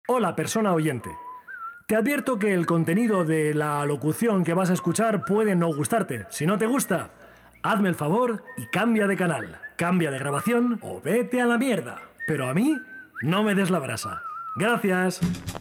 Hola, persona oyente. Te advierto que el contenido de la locución que vas a escuchar puede no gustarte. Si no te gusta, hazme el favor y cambia de canal, cambia de grabación o vete a la mierda. Pero a mí, no me des la brasa. Gracias.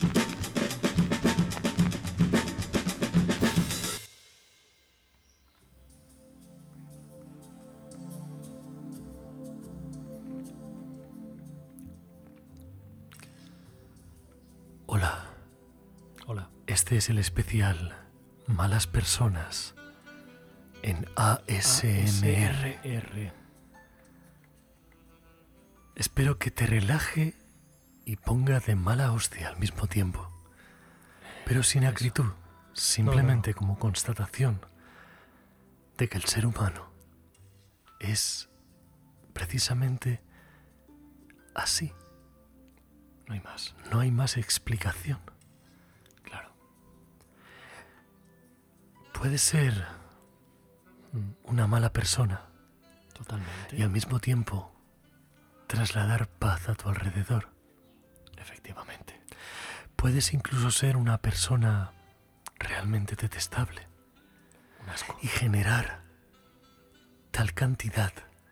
Hola. Hola. Este es el especial Malas Personas en ASMR. Espero que te relaje y ponga de mala hostia al mismo tiempo, pero sin acritud, simplemente como constatación de que el ser humano es precisamente así. No hay más. No hay más explicación. Claro. Puedes ser una mala persona Totalmente. y al mismo tiempo trasladar paz a tu alrededor. Efectivamente. Puedes incluso ser una persona realmente detestable Un asco. y generar tal cantidad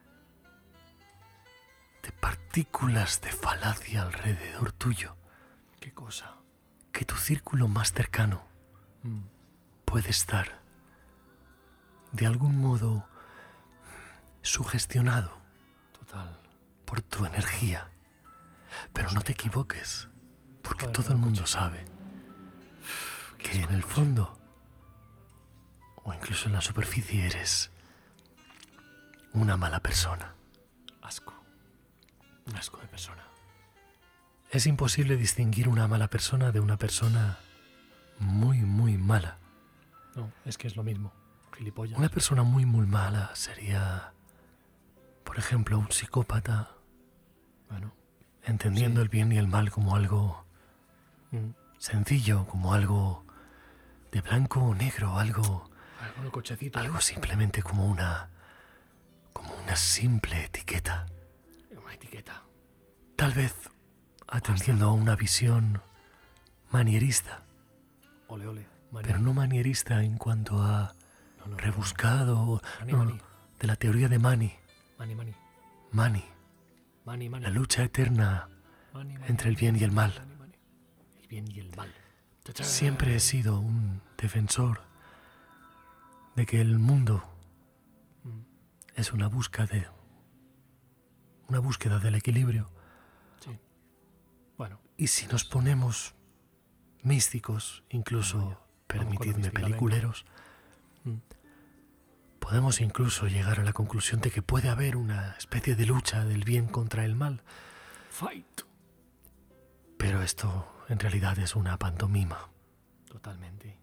de partículas de falacia alrededor tuyo ¿Qué cosa? que tu círculo más cercano puede estar de algún modo sugestionado Total. por tu energía. Pero no te equivoques, porque Joder, todo el mundo sabe que en el fondo, o incluso en la superficie, eres una mala persona. Asco. Un asco de persona. Es imposible distinguir una mala persona de una persona muy, muy mala. No, es que es lo mismo. Gilipollas. Una persona muy, muy mala sería, por ejemplo, un psicópata, Bueno. entendiendo Sí. el bien y el mal como algo sencillo, como algo de blanco o negro, algo Algo de cochecito. algo simplemente como una simple etiqueta. Una etiqueta. Tal vez atendiendo a una visión manierista, Ole, ole. Mani. pero no manierista en cuanto a No. rebuscado, Mani. de la teoría de Mani, Mani. la lucha eterna entre el bien y el mal. Mani. El bien y el mal. ¡Tachán! Siempre he sido un defensor de que el mundo es una búsqueda del equilibrio. Sí. Bueno. Y si nos ponemos místicos, incluso, permitidme, peliculeros, podemos incluso llegar a la conclusión de que puede haber una especie de lucha del bien contra el mal. Fight. Pero esto en realidad es una pantomima. Totalmente.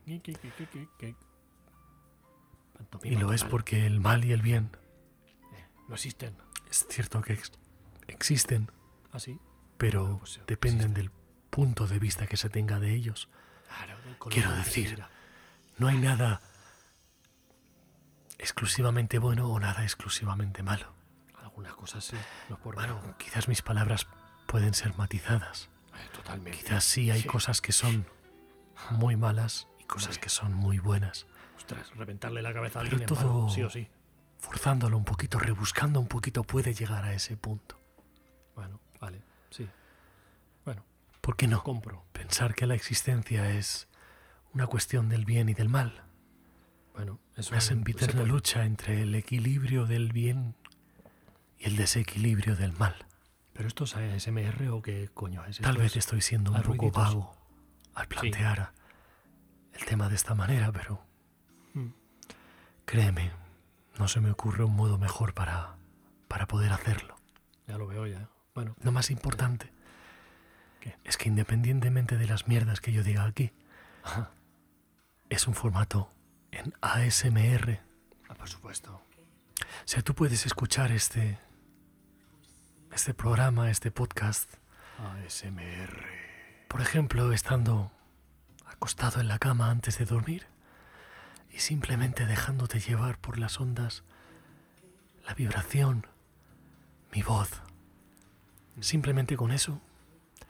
Y lo es porque el mal y el bien no existen. es cierto que existen, ¿Así? pero Pues, dependen del punto de vista que se tenga de ellos. Claro, del color Quiero que se decir, mira. no hay nada exclusivamente bueno o nada exclusivamente malo. Algunas cosas sí. No es por Bueno, nada. quizás mis palabras pueden ser matizadas. Totalmente. Quizás sí hay cosas que son muy malas y cosas que son muy buenas. Ostras, reventarle la cabeza a Pero alguien todo, es malo, sí o sí. forzándolo un poquito, rebuscando un poquito, puede llegar a ese punto. Bueno, vale, sí. Bueno, ¿Por qué no? compro. Pensar que la existencia es una cuestión del bien y del mal. Bueno, eso Una sempiterna lucha entre el equilibrio del bien y el desequilibrio del mal. ¿Pero esto es ASMR o qué coño es? Tal vez estoy siendo un poco ruiditos. vago al plantear el tema de esta manera, pero créeme, no se me ocurre un modo mejor para poder hacerlo. Ya lo veo ya. Bueno, Lo más importante ¿qué? es que independientemente de las mierdas que yo diga aquí, Ajá. es un formato en ASMR. Por supuesto. O sea, tú puedes escuchar este programa, este podcast, ASMR. por ejemplo, estando acostado en la cama antes de dormir y simplemente dejándote llevar por las ondas, la vibración, mi voz. Simplemente con eso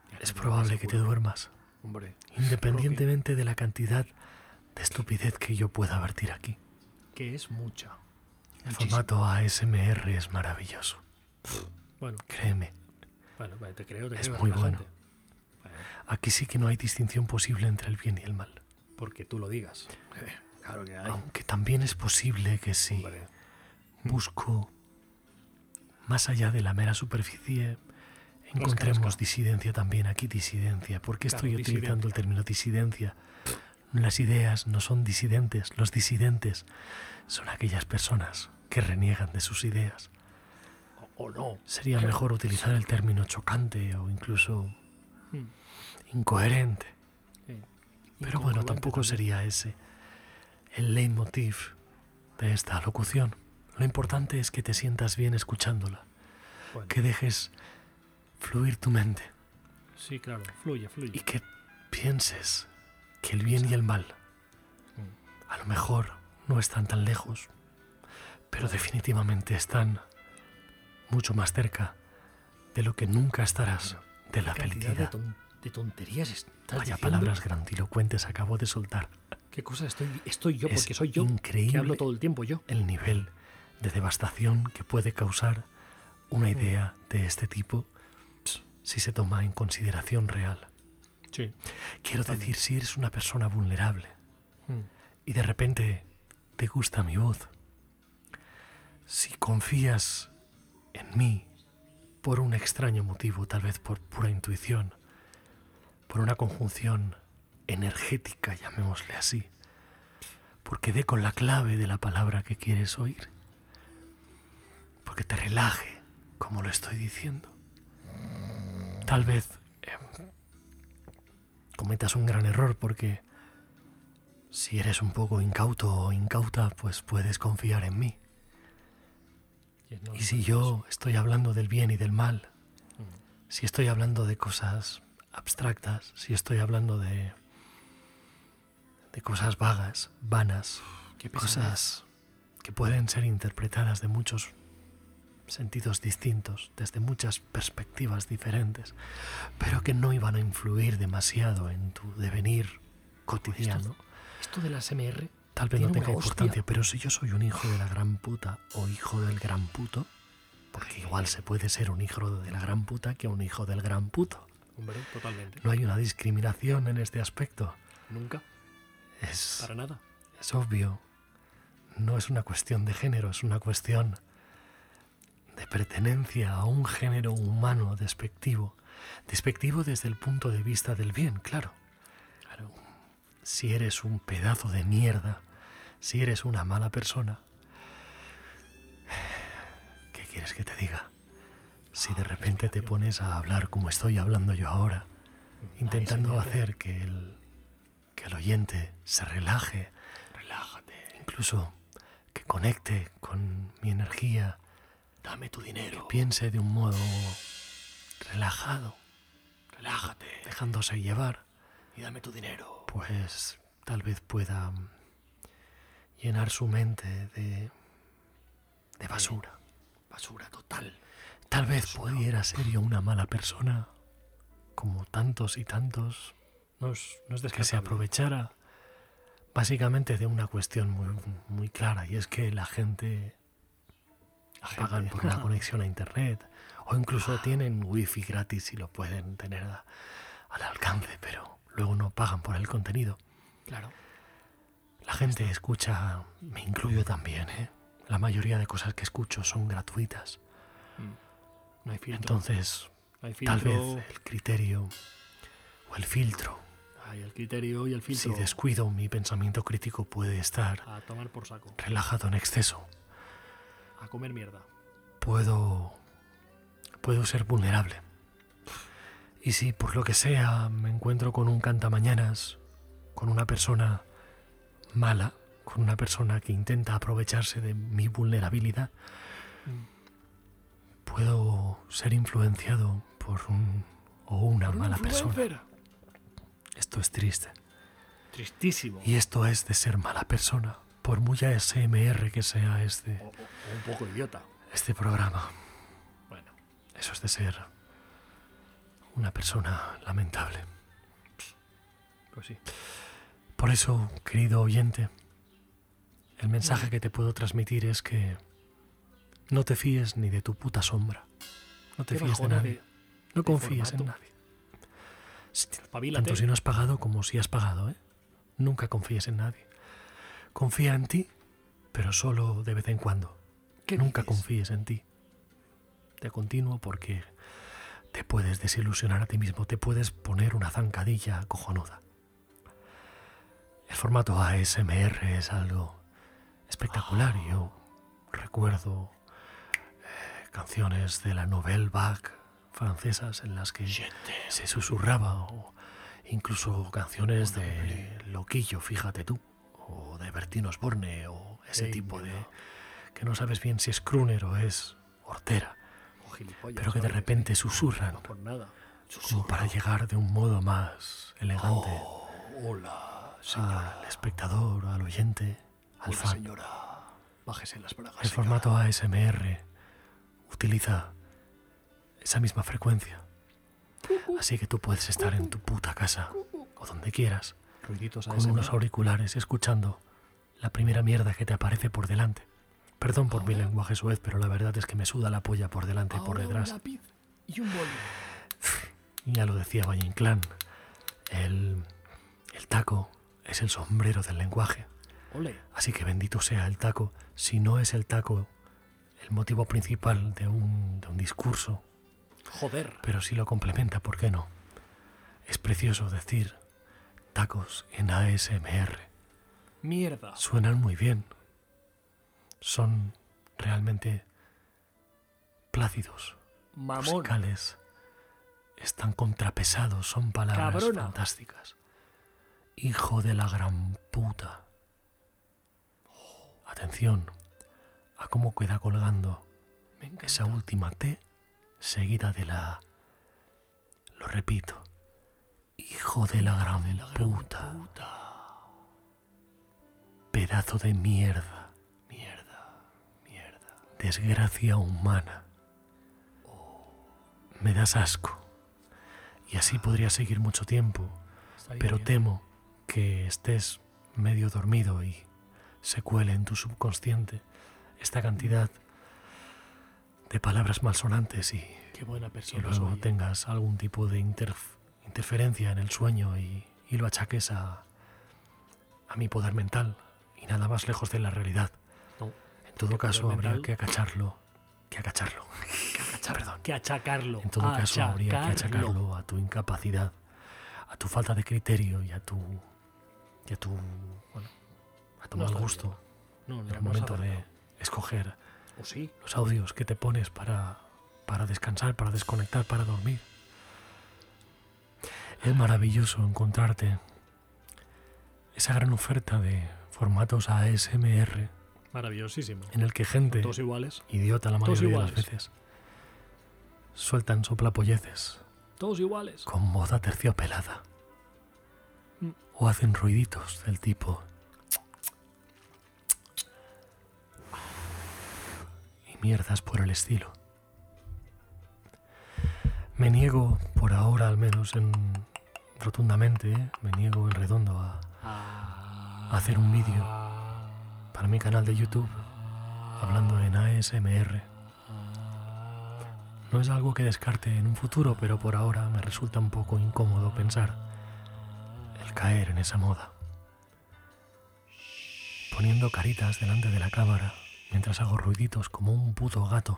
es probable que te duermas, Hombre, independientemente de la cantidad de estupidez que yo pueda vertir aquí. que es mucha. El formato ASMR es maravilloso. Bueno, Créeme, te creo, es muy bueno. relájate. Aquí sí que no hay distinción posible entre el bien y el mal. Porque tú lo digas. Claro que hay. Aunque también es posible que si Hombre, busco más allá de la mera superficie, encontremos Rasca. disidencia también. Aquí disidencia. ¿Por qué Claro, estoy utilizando el término disidencia? Las ideas no son disidentes. Los disidentes son aquellas personas que reniegan de sus ideas. o no. Sería mejor utilizar el término chocante o incluso incoherente. Pero bueno, Incongruente tampoco también. sería ese el leitmotiv de esta locución. Lo importante es que te sientas bien escuchándola, Bueno, que dejes fluir tu mente sí, claro, fluye. y que pienses que el bien y el mal a lo mejor no están tan lejos, pero definitivamente están mucho más cerca de lo que nunca estarás de la felicidad. De tonterías estás Vaya diciendo. palabras grandilocuentes acabo de soltar. ¿Qué cosa estoy yo? Es Porque soy yo increíble que hablo todo el tiempo yo. el nivel de devastación que puede causar una idea de este tipo si se toma en consideración real. Sí. Quiero decir, si eres una persona vulnerable Mm. y de repente te gusta mi voz, si confías en mí por un extraño motivo, tal vez por pura intuición, por una conjunción energética, llamémosle así, porque dé con la clave de la palabra que quieres oír, porque te relaje, como lo estoy diciendo. Tal vez cometas un gran error porque si eres un poco incauto o incauta, pues puedes confiar en mí. Y si yo estoy hablando del bien y del mal, si estoy hablando de cosas abstractas, si estoy hablando de cosas vagas, vanas, Qué pesadez. cosas que pueden ser interpretadas de muchos sentidos distintos, desde muchas perspectivas diferentes, pero que no iban a influir demasiado en tu devenir cotidiano. Esto de la SMR Tal vez no tiene tenga una hostia. importancia, pero si yo soy un hijo de la gran puta o hijo del gran puto, porque igual se puede ser un hijo de la gran puta que un hijo del gran puto. Hombre, totalmente. No hay una discriminación en este aspecto. Nunca, Es para nada. obvio. No es una cuestión de género, es una cuestión de pertenencia a un género humano despectivo. Despectivo desde el punto de vista del bien, claro. Si eres un pedazo de mierda, si eres una mala persona, ¿qué quieres que te diga? Si de repente te pones a hablar como estoy hablando yo ahora, intentando hacer que el oyente se relaje, incluso que conecte con mi energía, Dame tu dinero. piense de un modo relajado, dejándose llevar, Y dame tu dinero. pues tal vez pueda llenar su mente de basura. Basura total. Tal vez pudiera ser yo una mala persona, como tantos y tantos, No es que se descartable. aprovechara básicamente de una cuestión muy clara, y es que la gente pagan por una conexión a internet o incluso tienen wifi gratis y lo pueden tener al alcance, pero luego no pagan por el contenido. Claro. La gente escucha, me incluyo también, la mayoría de cosas que escucho son gratuitas. No hay filtro. Entonces, No hay tal filtro. vez el criterio o el filtro, Hay el criterio y el si filtro. descuido mi pensamiento crítico, puede estar A tomar por saco. relajado en exceso. A comer mierda. Puedo ser vulnerable. Y si por lo que sea me encuentro con un cantamañanas, con una persona mala, con una persona que intenta aprovecharse de mi vulnerabilidad, puedo ser influenciado por un o una mala persona. Esto es triste. Tristísimo. Y esto es de ser mala persona, por muy ASMR que sea O un poco idiota. este programa. Bueno. Eso es de ser una persona lamentable. Pues sí. Por eso, querido oyente, el mensaje que te puedo transmitir es que no te fíes ni de tu puta sombra. No te fíes de nadie. No confíes en nadie. Tanto si no has pagado como si has pagado, ¿eh? Nunca confíes en nadie. Confía en ti, pero solo de vez en cuando. Nunca confíes en ti de continuo, porque te puedes desilusionar a ti mismo, te puedes poner una zancadilla cojonuda. El formato ASMR es algo espectacular. Yo recuerdo canciones de la Nouvelle Vague francesas en las que se susurraba, o incluso canciones de Loquillo, fíjate tú, o de Bertino Osborne, o ese tipo de... que no sabes bien si es crooner o es hortera, pero que de repente susurran como para llegar de un modo más elegante al espectador, al oyente, al fan. Señora, bájese las bragas. El formato ASMR utiliza esa misma frecuencia, así que tú puedes estar en tu puta casa o donde quieras con unos auriculares escuchando la primera mierda que te aparece por delante. Perdón por mi lenguaje soez, pero la verdad es que me suda la polla por delante y por detrás. Un lápiz y un boli. Ya lo decía Valle Inclán, el taco es el sombrero del lenguaje. Ole. Así que bendito sea el taco. Si no es el taco el motivo principal de un discurso, Joder. pero si lo complementa, ¿por qué no? Es precioso decir tacos en ASMR. Mierda. Suenan muy bien. Son realmente plácidos, Mamón. musicales. Están contrapesados, son palabras Cabrona. fantásticas. Hijo de la gran puta. Atención a cómo queda colgando Me encanta. esa última T seguida de la... Lo repito. Hijo de la gran puta. Pedazo de mierda. Desgracia humana. Me das asco. Y así podría seguir mucho tiempo, pero temo que estés medio dormido y se cuele en tu subconsciente esta cantidad de palabras malsonantes y Qué buena persona. luego soy. tengas algún tipo de interferencia en el sueño y lo achaques a mi poder mental y nada más lejos de la realidad. No. En todo ¿Qué caso poder habría mental? que acacharlo. Perdón. Que achacarlo. En todo caso habría que achacarlo a tu incapacidad, a tu falta de criterio y a tu No mal está gusto No, en el no momento sabe. de escoger ¿O sí? los audios que te pones para descansar, para desconectar, para dormir. Es maravilloso encontrarte esa gran oferta de formatos ASMR Maravillosísimo. en el que gente Todos iguales. idiota la Todos mayoría de las iguales. veces sueltan soplapolleces Todos iguales. con voz aterciopelada Mm. o hacen ruiditos del tipo y mierdas por el estilo. Me niego, por ahora al menos, rotundamente, me niego en redondo a hacer un vídeo para mi canal de YouTube hablando en ASMR. No es algo que descarte en un futuro, pero por ahora me resulta un poco incómodo pensar el caer en esa moda. Poniendo caritas delante de la cámara mientras hago ruiditos como un puto gato.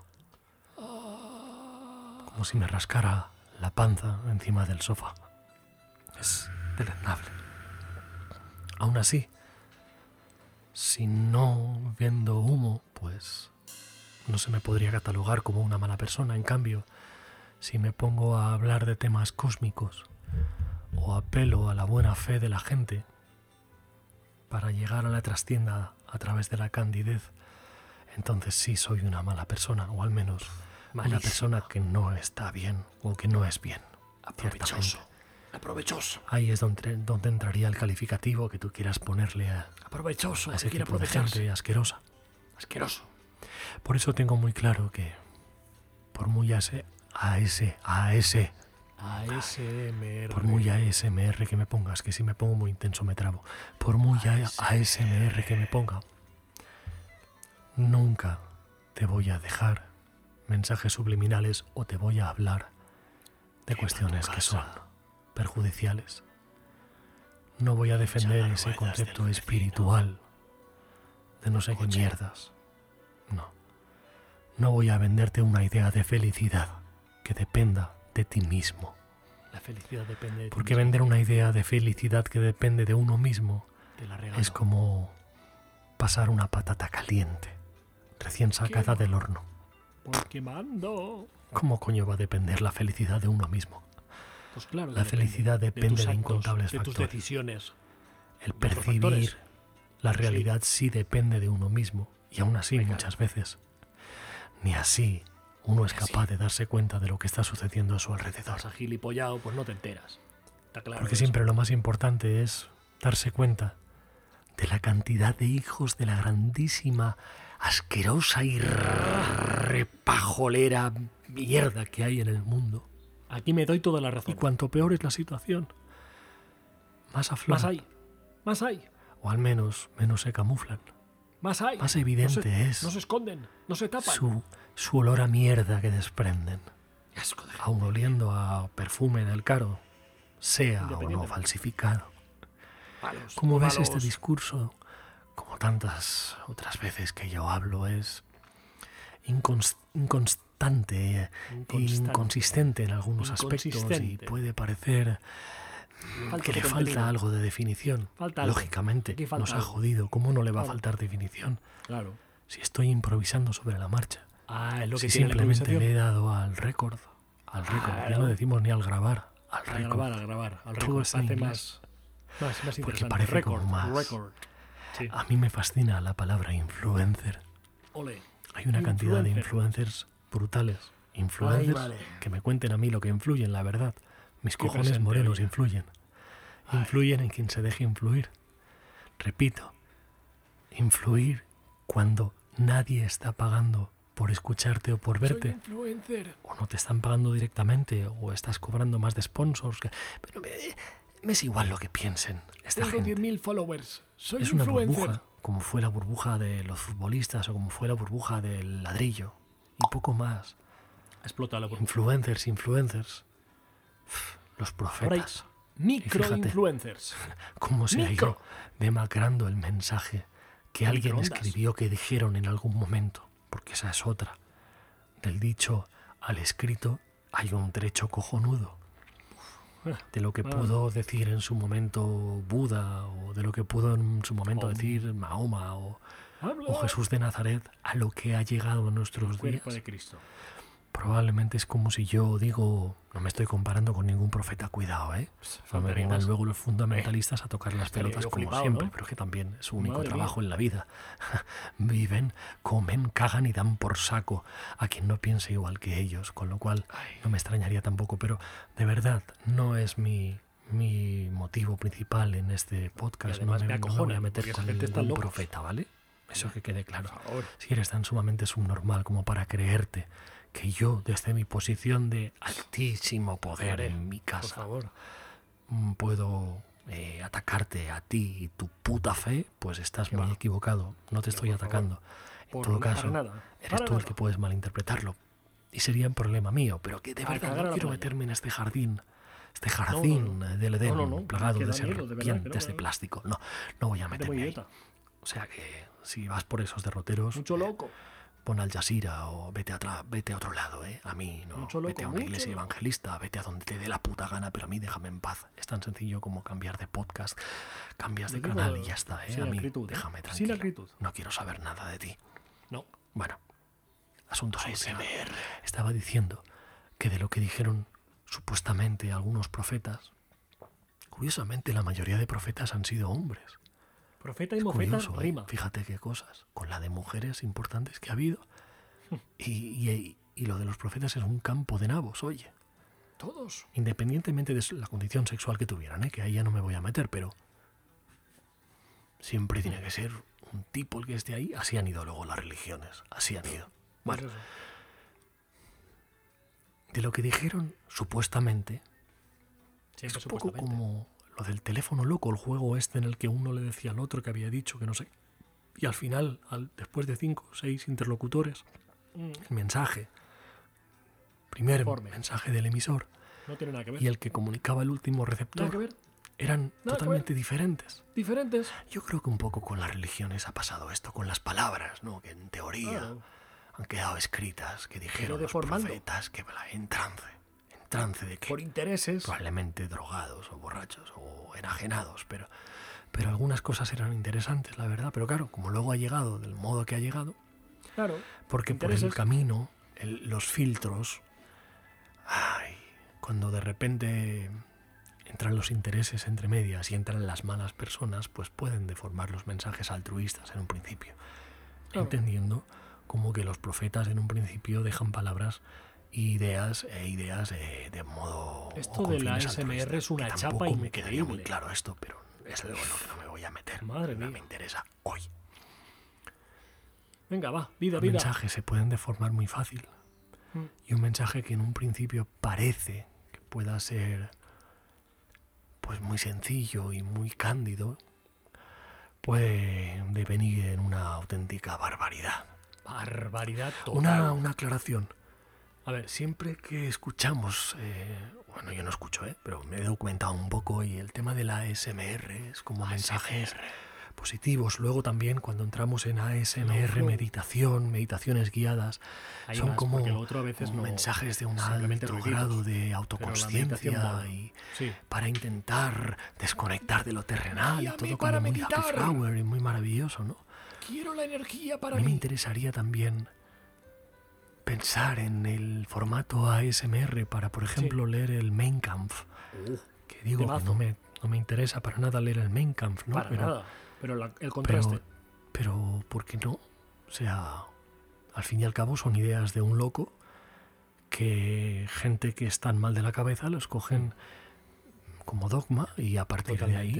Como si me rascara la panza encima del sofá. Es deleznable. Aún así, si no viendo humo, pues no se me podría catalogar como una mala persona. En cambio, si me pongo a hablar de temas cósmicos o apelo a la buena fe de la gente para llegar a la trastienda a través de la candidez, entonces sí soy una mala persona, o al menos una persona que no está bien o que no es bien. Aprovechoso. Aprovechoso. Ahí es donde entraría el calificativo que tú quieras ponerle a Aprovechoso. ese Que quiere tipo de aprovecharse. gente asquerosa. Asqueroso. Por eso tengo muy claro que por muy ASMR. Por muy ASMR que me pongas, que si me pongo muy intenso me trabo. Por muy ASMR que me ponga, nunca te voy a dejar mensajes subliminales o te voy a hablar de cuestiones que son perjudiciales. No voy a defender ese concepto espiritual de no sé qué mierdas. No. No voy a venderte una idea de felicidad que dependa de ti mismo. La felicidad depende de ti Porque mismo. vender una idea de felicidad que depende de uno mismo Te la regalo. es como pasar una patata caliente, recién sacada del horno. Por quemando. ¿Cómo coño va a depender la felicidad de uno mismo? Pues claro. La felicidad depende tus de actos, incontables de tus factores. decisiones. El de otros percibir factores. la realidad sí depende de uno mismo. Y aún así, muchas veces, ni así uno es capaz de darse cuenta de lo que está sucediendo a su alrededor. Estás agilipollado, pues no te enteras. Está claro. Porque eso. siempre lo más importante es darse cuenta de la cantidad de hijos de la grandísima, asquerosa y repajolera mierda que hay en el mundo. Aquí me doy toda la Y razón. cuanto peor es la situación, más afloran. Más hay. Más hay. O al menos menos se camuflan. Más hay. Más evidente no se, es No se esconden. No se tapan. su olor a mierda que desprenden. Qué asco de Aún oliendo a perfume del caro, sea o no Independientemente. falsificado. palos. Como ves, palos. este discurso, como tantas otras veces que yo hablo, es inconstante e inconsistente en algunos aspectos y Inconsistente. puede parecer que le falta algo de definición. Falta algo. Lógicamente, Aquí falta nos ha algo. jodido. ¿Cómo no le va a Claro. faltar definición Claro. si estoy improvisando sobre la marcha? Es lo que Si tiene la simplemente improvisación. le he dado al récord. Al récord. Ya Claro. no decimos ni al grabar. Al A récord. grabar, a grabar. Al Todo récord. está en Hace inglés. más Porque interesante. parece Récord. como más. Récord. Sí. A mí me fascina la palabra influencer. Ole. Hay una cantidad de Influencer. influencers brutales. Influencers vale. que me cuenten a mí lo que influyen, la verdad. Mis Qué cojones presente, morenos oye. influyen. Influyen en quien se deje influir. Repito, influir cuando nadie está pagando por escucharte o por Soy verte. influencer. O no te están pagando directamente o estás cobrando más de sponsors. Pero me es igual lo que piensen esta Tengo gente. 10.000 followers. Soy Es una influencer. burbuja, como fue la burbuja de los futbolistas o como fue la burbuja del ladrillo. Y poco más. Explota la burbuja. Influencers. Los Ahora hay profetas. microinfluencers. ¿Cómo se ha micro. ido demacrando el mensaje que alguien Microondas. escribió que dijeron en algún momento? Porque esa es otra. Del dicho al escrito hay un trecho cojonudo. De lo que pudo decir en su momento Buda o de lo que pudo en su momento decir Mahoma o Jesús de Nazaret a lo que ha llegado a nuestros días. Cuerpo de Cristo. Probablemente es como si yo digo, no me estoy comparando con ningún profeta, cuidado, ¿eh? No me vengan luego los fundamentalistas a tocar las estaría pelotas yo como flipado, siempre, ¿no? pero es que también es su único Madre trabajo mía. en la vida. Viven, comen, cagan y dan por saco a quien no piense igual que ellos, con lo cual no me extrañaría tampoco, pero de verdad no es mi motivo principal en este podcast. Y además me No me voy acojona, a meter porque esa con gente está ningún locos. profeta, ¿vale? Eso que quede claro. Por favor. Si eres tan sumamente subnormal como para creerte que yo, desde mi posición de altísimo poder en mi Por casa, favor. puedo atacarte a ti y tu puta fe, pues estás muy equivocado. No te estoy por favor. atacando. En Por todo para caso, nada. eres Para tú el nada. que puedes malinterpretarlo. Y sería un problema mío, pero que de A verdad cagar a no la quiero playa. meterme en este jardín. Este jardín del Edén, No, plagado que de da miedo, de verdad, que serpientes no, de no. plástico. No, no voy a Gente muy meterme ahí. idiota. O sea que si vas por esos derroteros, Mucho loco. pon Al Jazeera o vete a otro lado, ¿eh? A mí no. Mucho loco, vete a una mucho iglesia loco. evangelista, vete a donde te dé la puta gana, pero a mí déjame en paz. Es tan sencillo como cambiar de podcast, cambias de Yo digo, canal y ya está, ¿eh? sin A mí acritud, ¿eh? déjame Sin tranquilo. acritud. No quiero saber nada de ti. No. Bueno, asunto solucionado. Estaba diciendo que de lo que dijeron supuestamente algunos profetas, curiosamente la mayoría de profetas han sido hombres. Profeta y Es mofeta curioso, ¿eh? rima. Fíjate qué cosas. Con la de mujeres importantes que ha habido. Y lo de los profetas es un campo de nabos, oye. Todos. Independientemente de la condición sexual que tuvieran, ¿eh? Que ahí ya no me voy a meter, pero siempre tiene que ser un tipo el que esté ahí. Así han ido luego las religiones. Así han ido. Bueno, Pues eso. de lo que dijeron supuestamente, Siempre es un poco supuestamente. como lo del teléfono loco, el juego este en el que uno le decía al otro que había dicho que no sé. Y al final, después de 5 o 6 interlocutores, el mensaje, primer Informe. mensaje del emisor No tiene nada que ver. y el que comunicaba el último Nada que receptor ver. eran Nada que totalmente diferentes. Diferentes. Yo creo que un poco con las religiones ha pasado esto, con las palabras, ¿no? Que en teoría Claro. han quedado escritas, que dijeron los deformando. profetas, que en trance de que Por intereses. probablemente drogados o borrachos o enajenados, pero algunas cosas eran interesantes, la verdad. Pero claro, como luego ha llegado del modo que ha llegado, Claro. porque por el Intereses. camino, los filtros, cuando de repente entran los intereses entre medias y entran las malas personas, pues pueden deformar los mensajes altruistas en un principio. Claro. Entendiendo como que los profetas en un principio dejan palabras e ideas de modo... Esto o con de la fines ASMR altruistas, es una que chapa tampoco me quedaría muy increíble. claro esto, pero es algo en lo que no me voy a meter. Madre No mía. me interesa hoy. Venga, va. Vida, Los vida. mensajes se pueden deformar muy fácil. Y un mensaje que en un principio parece que pueda ser pues muy sencillo y muy cándido, puede devenir en una auténtica barbaridad. Barbaridad total. Una aclaración. A ver, Siempre que escuchamos, bueno, yo no escucho, pero me he documentado un poco y el tema de la ASMR es como mensajes positivos. Luego también cuando entramos en ASMR, No, meditaciones guiadas, ahí son vas, como porque lo otro a veces no- mensajes de un simplemente alto ruiditos. grado de meditación autoconsciencia mola. y Sí. para intentar desconectar de lo terrenal y Guíame todo para como muy meditar. happy flower y muy maravilloso, ¿no? Quiero la energía A para mí me mí. interesaría también pensar en el formato ASMR para, por ejemplo, leer el Mein Kampf. Que digo que temazo. no me interesa para nada leer el Mein Kampf, ¿no? Para pero, nada. Pero el contraste. pero, ¿por qué no? O sea, al fin y al cabo son ideas de un loco que gente que están mal de la cabeza los cogen como dogma y a partir de ahí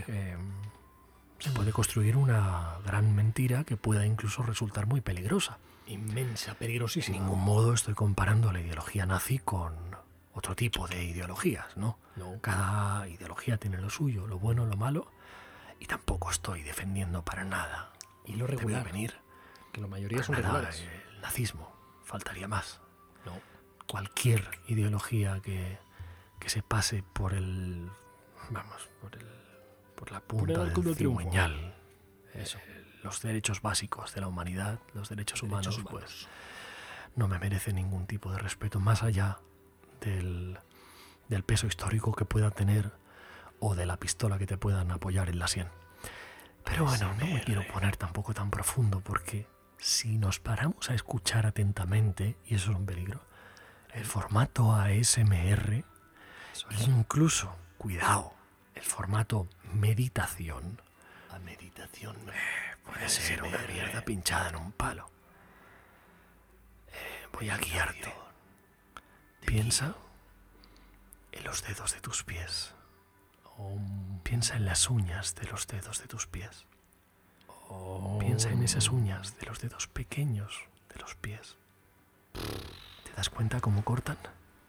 se puede construir una gran mentira que pueda incluso resultar muy peligrosa. Inmensa, De peligrosísima. ningún modo estoy comparando la ideología nazi con otro tipo de ideologías, ¿no? No. Cada ideología tiene lo suyo, lo bueno, lo malo, y tampoco estoy defendiendo para nada. Y lo Debe regular. venir Que la mayoría para son nada regulares. el nazismo, faltaría más. No. Cualquier ideología que se pase por el, vamos, por la punta el arco del del triunfo. cigüeñal, Eso. los derechos básicos de la humanidad, los derechos humanos, Derechos humanos. pues no me merece ningún tipo de respeto más allá del peso histórico que pueda tener o de la pistola que te puedan apoyar en la sien. Pero bueno, no me quiero poner tampoco tan profundo porque si nos paramos a escuchar atentamente, y eso es un peligro, el formato ASMR, incluso, cuidado, el formato meditación, la meditación puede ser una mierda pinchada en un palo. Voy a guiarte. Piensa en los dedos de tus pies. Piensa en las uñas de los dedos de tus pies. Piensa en esas uñas de los dedos pequeños de los pies. ¿Te das cuenta cómo cortan?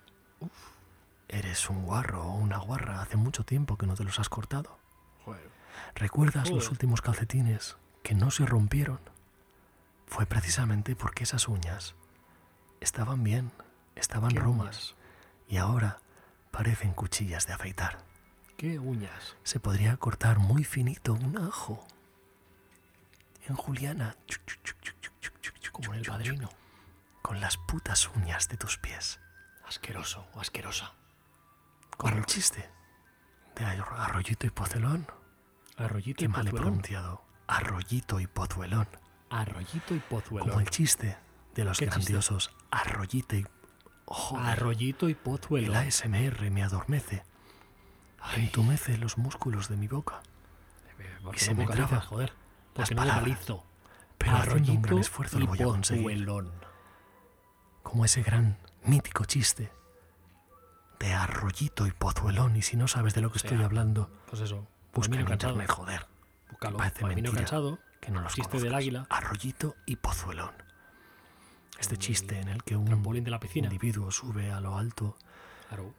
Eres un guarro o una guarra. Hace mucho tiempo que no te los has cortado. Joder. ¿Recuerdas los Joder. últimos calcetines que no se rompieron? Fue precisamente porque esas uñas estaban bien, estaban ¿Qué romas y ahora parecen cuchillas de afeitar. ¿Qué uñas? Se podría cortar muy finito un ajo. En juliana, Como en el padrino. con las putas uñas de tus pies. Asqueroso o asquerosa. Con el chiste de Arroyito y Pozuelón. Arroyito Qué y mal he Pozuelón. pronunciado. Arroyito y Pozuelón. Arroyito y Pozuelón. Como el chiste de los ¿Qué chiste? grandiosos Arroyito y... Joder, Arroyito y el Pozuelón. ASMR me adormece. Entumece los músculos de mi boca. Porque y se no me vocalizas, traba joder. las Porque no palabras. vocalizo. Pero haciendo un gran Arroyito esfuerzo y lo voy a conseguir. Pozuelón. Como ese gran mítico chiste de Arroyito y Pozuelón. Y si no sabes de lo que estoy hablando, Pues eso. busca en Palmino cansado. internet, joder. Búscalo. Parece Palmino mentira cansado. que no los Chiste del conozcas. águila. Arroyito y Pozuelón. Este chiste en el que un trampolín de la piscina. individuo sube a lo alto Claro.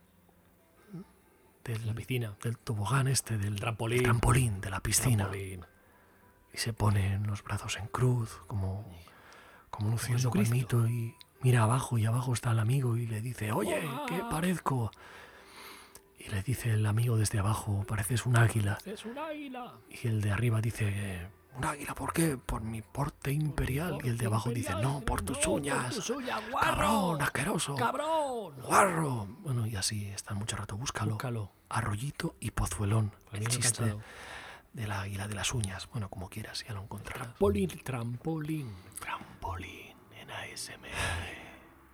de La piscina. del tobogán del Trampolín. el trampolín de la piscina Trampolín. y se pone los brazos en cruz como luciendo Jesucristo. palmito y mira abajo y abajo está el amigo y le dice, oye, ¿qué parezco? Y le dice el amigo desde abajo, pareces un águila. Es un águila. Y el de arriba dice, ¿un águila por qué? Por mi porte imperial. Y el de abajo dice, no, por tus uñas. Por tus uñas, guarro. Cabrón, asqueroso. Cabrón. Guarro. Bueno, y así están mucho rato. Búscalo. Búscalo. Arroyito y Pozuelón. A mí El me he chiste cansado. del águila de las uñas. Bueno, como quieras, ya lo encontrarás. Trampolín. Trampolín. Trampolín en ASMR.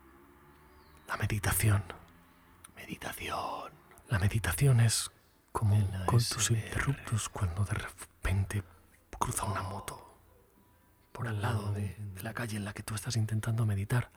La meditación. Meditación. La meditación es como En coitus ASMR. interruptus cuando de repente cruza una moto por al lado de la calle en la que tú estás intentando meditar.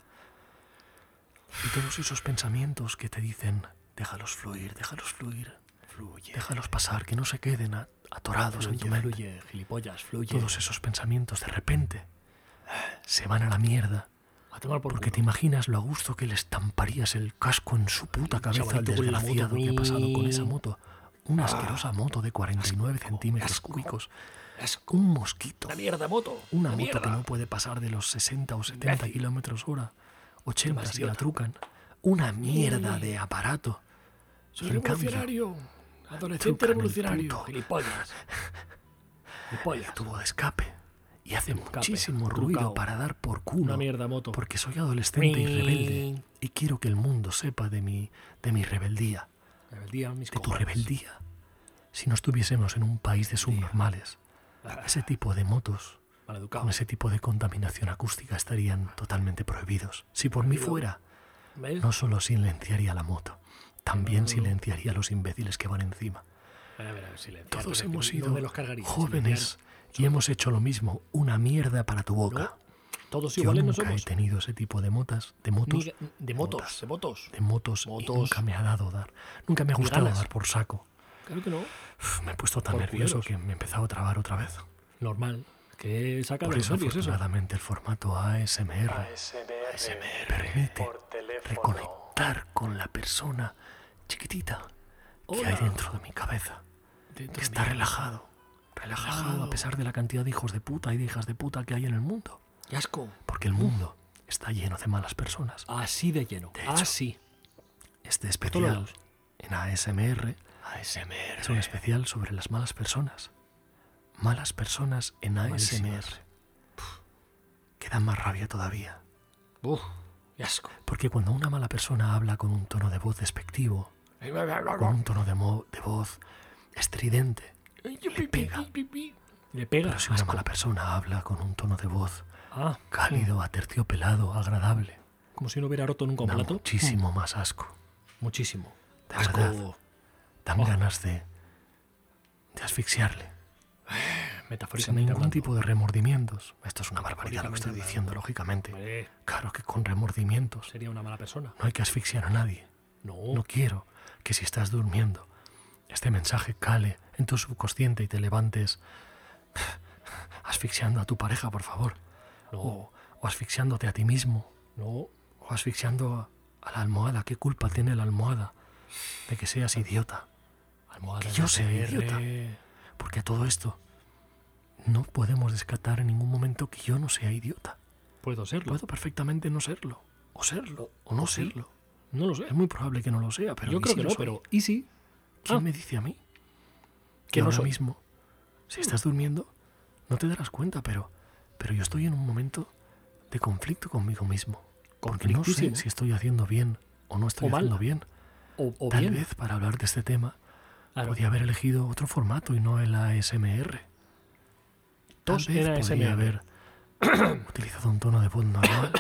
Y todos esos pensamientos que te dicen, déjalos fluir, Fluye. déjalos pasar, que no se queden atorados en tu mente. Fluye, gilipollas, fluye. Todos esos pensamientos de repente se van a la mierda. A tomar por Porque culo. te imaginas lo a gusto que le estamparías el casco en su puta cabeza al chavalito con la desgraciado moto. que ha pasado con esa moto. Una asquerosa moto de 49 centímetros asco. cúbicos. Asco. Un mosquito. Una mierda moto. Una Una moto mierda. que no puede pasar de los 60 o 70 Imbécil. kilómetros hora. 80 si la idiota. trucan. Una mierda de aparato. Soy Y en cambio, revolucionario. Adolescente trucan el revolucionario. puto. Gilipollas. Gilipollas. tubo de escape. Y hace Escape, muchísimo trucao. ruido para dar por culo. Una mierda moto. Porque soy adolescente y rebelde. Y quiero que el mundo sepa de mi rebeldía. Rebeldía, mis De tu cojones. rebeldía. Si no estuviésemos en un país de subnormales, ese tipo de motos, Maleducado. con ese tipo de contaminación acústica estarían totalmente prohibidos. Si por mí fuera, ¿Ves? no solo silenciaría la moto, también silenciaría a los imbéciles que van encima. A ver, silenciar, Todos pero hemos no sido me los cargaría. jóvenes y hemos hecho lo mismo, una mierda para tu boca. Todos Yo iguales no nunca he somos. tenido ese tipo de motos, De motos. de motos, y Motos. nunca me ha dado dar. Nunca me ha gustado ganas. dar por saco. Claro que no. Me he puesto tan Por nervioso culeros. que me he empezado a trabar otra vez. Normal. Que saca Por de eso, los nervios eso. afortunadamente, el formato ASMR permite por teléfono. reconectar con la persona chiquitita que Hola. hay dentro de mi cabeza. Dentro Que de está mí. relajado a pesar de la cantidad de hijos de puta y de hijas de puta que hay en el mundo. ¡Qué asco! Porque el mundo está lleno de malas personas. Así de lleno. De hecho, Así. Este todos especial lados. en ASMR es un especial sobre las malas personas. Malas personas en ASMR. Malísimas. Que dan más rabia todavía. ¡Uf! ¡Qué asco! Porque cuando una mala persona habla con un tono de voz despectivo, con un tono de voz estridente, le pega. Le pega. Pero si una asco. mala persona habla con un tono de voz Ah, cálido, aterciopelado, agradable, como si no hubiera roto nunca un da plato. muchísimo más asco. Muchísimo. De Asco. verdad. Dan ganas de asfixiarle. Sin Metafóricamente ningún hablando. tipo de remordimientos. Esto es una barbaridad lo que estoy Metafóricamente diciendo, lógicamente. Vale, Claro que con remordimientos. sería una mala persona. No hay que asfixiar a nadie. No. No quiero que si estás durmiendo, este mensaje cale en tu subconsciente y te levantes asfixiando a tu pareja, por favor. No. O asfixiándote a ti mismo. No. O asfixiando a la almohada. ¿Qué culpa tiene la almohada de que seas idiota? Almohada Que en yo sea ASMR. idiota. Porque a todo esto no podemos descartar en ningún momento que yo no sea idiota. Puedo serlo. Puedo perfectamente no serlo. O serlo. O no o sí. serlo. No lo sé. Es muy probable que no lo sea, pero Yo ¿y creo si que lo no, soy? pero ¿y si? ¿Quién Ah. me dice a mí Que que no ahora soy. mismo, si estás durmiendo, no te darás cuenta, pero yo estoy en un momento de conflicto conmigo mismo? Porque no sé Conflictísimo. si estoy haciendo bien o no estoy O mal. haciendo bien. O Tal bien. vez para hablar de este tema Claro. podía haber elegido otro formato y no el ASMR. Tal Tos vez era podría ASMR. haber utilizado un tono de voz normal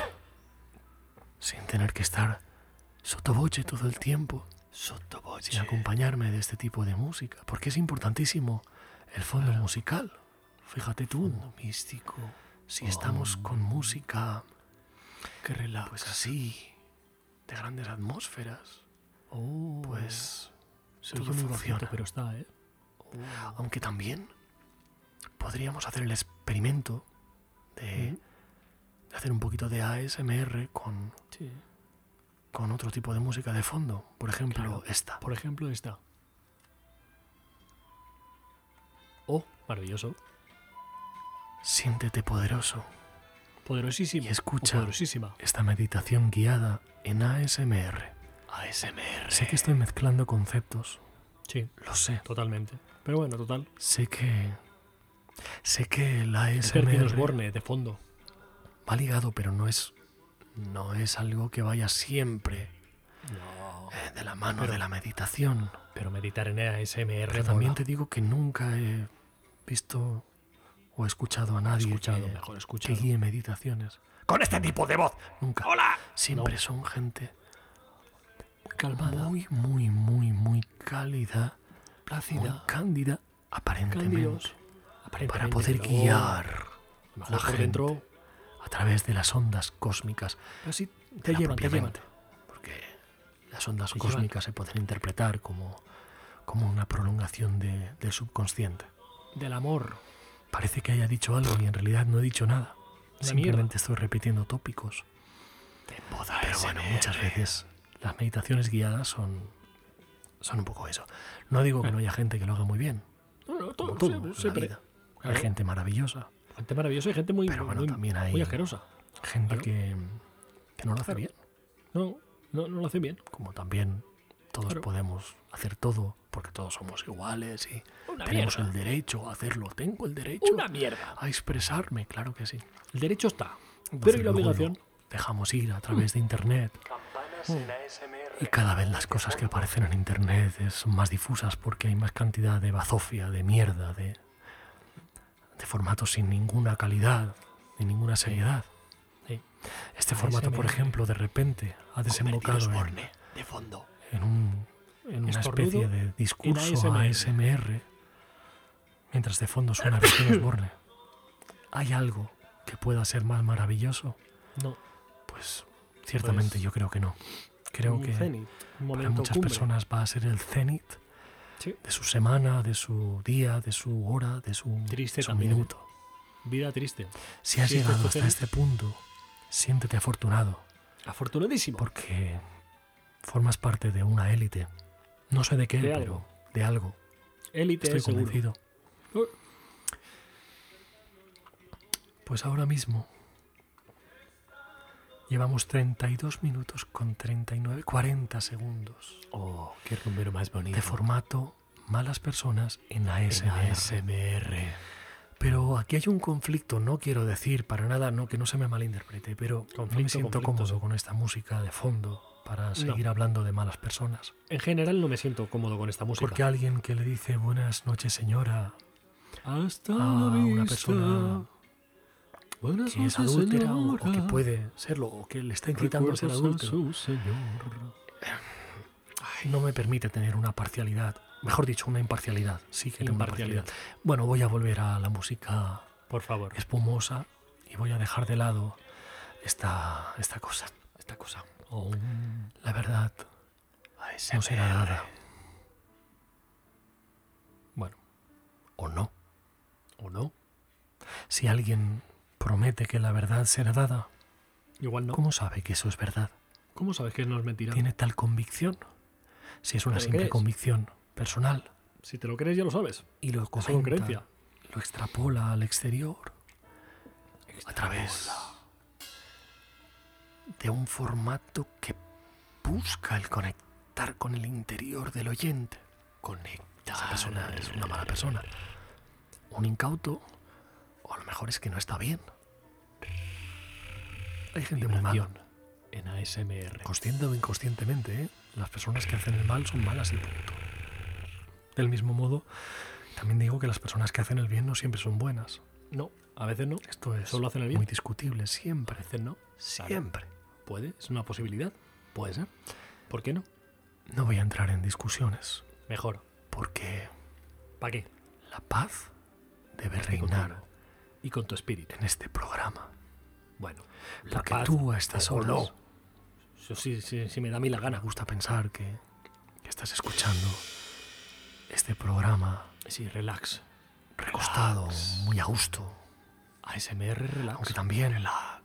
sin tener que estar sotoboche todo el tiempo, sin acompañarme de este tipo de música, porque es importantísimo el fondo musical. Fíjate tú, Místico. si estamos con música que relaja, pues así, de grandes atmósferas, Oh. pues Se todo oye muy funciona. bajito, pero está, ¿eh? Aunque también podríamos hacer el experimento hacer un poquito de ASMR con Sí. otro tipo de música de fondo. Por ejemplo, Claro. esta. Por ejemplo, esta. Oh, maravilloso. Siéntete poderoso. Poderosísima. Y escucha. Poderosísima. Esta meditación guiada en ASMR. ASMR. Sé que estoy mezclando conceptos, Sí, lo sé. totalmente. Pero bueno, total. Sé que el Sergio ASMR Osborne de fondo. va ligado, pero no es algo que vaya siempre No. de la mano Pero- de la meditación. Pero meditar en ASMR. Pero también te digo que nunca he visto o escuchado a nadie escuchado, que, mejor que escuchado. guíe meditaciones con este tipo de voz. Nunca. ¡Hola! Siempre No. son gente Calmada. muy, muy, muy, muy cálida, muy Plácida. cándida, aparentemente, Cándidos. para Aparentemente, poder pero guiar a lo a mejor la por gente dentro. a través de las ondas cósmicas. Pero sí, de te la llevan, te propia llevan. mente. Porque las ondas Te llevan. cósmicas se pueden interpretar como una prolongación del subconsciente. Del amor. Parece que haya dicho algo y en realidad no he dicho nada. Una Simplemente estoy repitiendo tópicos. Pero bueno, muchas veces las meditaciones guiadas son un poco eso. No digo que no haya gente que lo haga muy bien, No, no, como todo, todo siempre. en la siempre. vida. Hay Claro. gente maravillosa, Gente maravillosa y gente muy, pero bueno, muy, también hay muy asquerosa. gente Claro. que no lo hace Claro. bien. No lo hace bien. Como también todos Claro. podemos hacer todo, porque todos somos iguales y Una tenemos mierda. el derecho a hacerlo. Tengo el derecho Una mierda. a expresarme, claro que sí. El derecho está. Entonces, Pero ¿y la luego obligación? lo dejamos ir a través de internet. Y cada vez las cosas que aparecen en internet son más difusas porque hay más cantidad de bazofia, de mierda, de formatos sin ninguna calidad, ni ninguna seriedad. Sí. Este formato, por ASMR. ejemplo, de repente ha desembocado de fondo. en una Estornudo especie de discurso en ASMR, mientras de fondo suena Virginia Osborne. ¿Hay algo que pueda ser más maravilloso? No. Pues ciertamente Pues, yo creo que no. Creo un que cenit, un para momento muchas cumbre. personas va a ser el cenit Sí. de su semana, de su día, de su hora, de su, Triste su también, minuto. Vida triste. Si has Si este es llegado tu hasta cenit, este punto, siéntete afortunado, afortunadísimo. porque formas parte de una élite. No sé de qué, De pero algo. de algo. Élite Estoy seguro. convencido. Pues ahora mismo llevamos 32 minutos con 40 segundos Oh, qué número más bonito. de formato malas personas en En ASMR. ASMR. Pero aquí hay un conflicto, no quiero decir para nada, no que no se me malinterprete, pero no me Conflicto, siento conflicto, cómodo sí. con esta música de fondo para seguir hablando de malas personas. En general no me siento cómodo con esta música. Porque alguien que le dice buenas noches señora Hasta a la una vista. persona Buenas que es noches, adúltera o que señora. puede serlo o que le está incitando a ser Recuerdos adúltero, su señor. no me permite tener una parcialidad, mejor dicho, una imparcialidad. Sí que tengo una Imparcialidad. parcialidad. Bueno, voy a volver a la música Por favor. espumosa y voy a dejar de lado esta cosa. Oh, La verdad no será dada. bueno, O no. o no. Si alguien promete que la verdad será dada, Igual no. ¿cómo sabe que eso es verdad? ¿Cómo sabes que no es mentira? ¿Tiene tal convicción? Si es una ¿Te lo simple crees? convicción personal Si te lo crees ya lo sabes. y lo Es solo comenta, creencia. lo extrapola al exterior a través de un formato que busca el conectar con el interior del oyente. Esa persona es una mala persona. Un incauto, o a lo mejor es que no está bien. Hay gente muy mala, Vibración en ASMR. consciente o inconscientemente, ¿eh? Las personas que hacen el mal son malas y punto. Del mismo modo, también digo que las personas que hacen el bien no siempre son buenas. No, a veces no. Esto es ¿Solo hacen el bien? muy discutible, siempre. A veces no. Siempre. Puede, es una posibilidad. Puede ser. ¿Por qué no? No voy a entrar en discusiones, Mejor. porque ¿Para qué? la paz debe Estoy reinar contigo. Y con tu espíritu. en este programa. Bueno. la Porque paz, tú a estas o horas no. Eso sí me da a mí la me gana. gusta pensar que estás escuchando este programa Sí, relax. recostado, Relax. muy a gusto. ASMR relax. Aunque también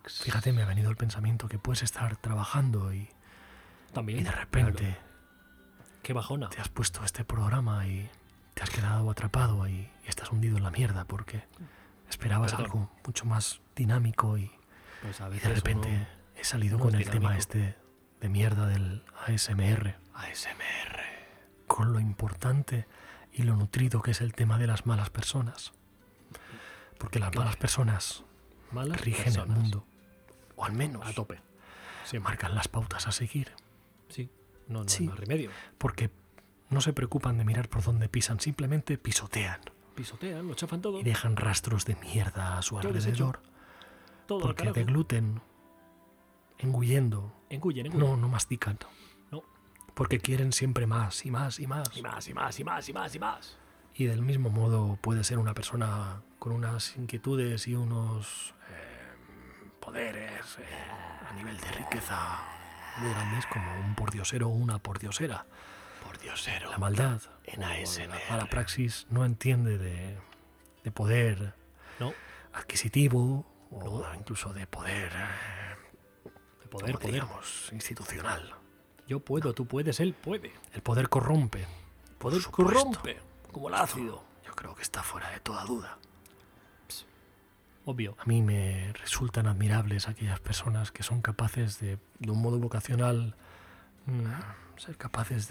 Mix. Fíjate, me ha venido el pensamiento que puedes estar trabajando y También. de repente Claro. Qué bajona. te has puesto este programa y te has quedado atrapado ahí y estás hundido en la mierda porque esperabas Perdón. algo mucho más dinámico y Pues a de veces repente uno- he salido uno con es el tema dinámico. este de mierda del ASMR, con lo importante y lo nutrido que es el tema de las malas personas. Porque las malas personas Malas rigen personas. el mundo, o al menos A tope. Siempre. marcan las pautas a seguir, Sí. No Sí. hay más remedio. porque no se preocupan de mirar por dónde pisan, simplemente pisotean Pisotean, lo chafan todo. y dejan rastros de mierda a su Todo deshecho. alrededor, Todo al porque carajo. degluten, engullendo, Engullen. no mastican, No. porque quieren siempre más y más y más. Y más, y más, y más, y más, y más. Y del mismo modo puede ser una persona con unas inquietudes y unos poderes a nivel de riqueza muy grandes como un pordiosero o una pordiosera. Pordiosero. La maldad En o ASMR. la mala praxis no entiende de poder No. adquisitivo o incluso de poder, De poder, como poder. diríamos, institucional. Yo puedo, tú puedes, él puede. El poder corrompe. por Poder supuesto. corrompe. Como el ácido. Yo creo que está fuera de toda duda. Obvio. A mí me resultan admirables aquellas personas que son capaces de un modo vocacional, ser capaces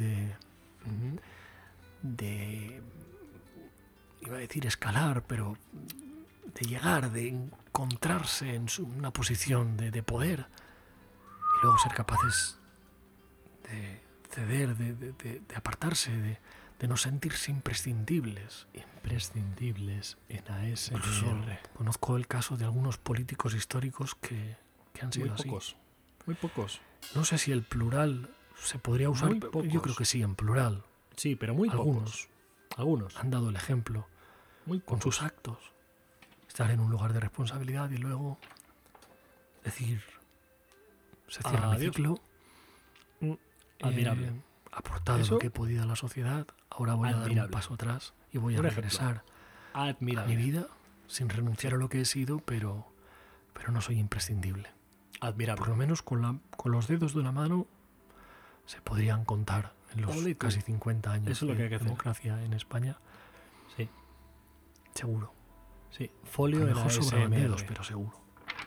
de, iba a decir escalar, pero de llegar, de encontrarse en una posición de poder y luego ser capaces de ceder, de apartarse, de no sentirse imprescindibles. Imprescindibles en Incluso ASMR. conozco el caso de algunos políticos históricos que han sido Muy así. pocos. Muy pocos. No sé si el plural se podría usar, Muy pero pocos. yo creo que sí, en plural. Sí, pero muy Algunos pocos. Algunos. han dado el ejemplo Muy con pocos. sus actos. Estar en un lugar de responsabilidad y luego decir, se cierra mi Adiós. ciclo. Admirable. Aportado Eso- lo que he podido a la sociedad. Ahora voy a dar un Admirable. paso atrás y voy a Un ejemplo. regresar a mi Admirable. vida sin renunciar a lo que he sido, pero no soy imprescindible. Por Admirable. lo menos con los dedos de una mano se podrían contar en los Ole tú. casi 50 años Eso es lo que hay que de hacer. democracia en España, Sí. seguro. Sí. A Folio lo en mejor sobraban dedos, ASMR. pero seguro.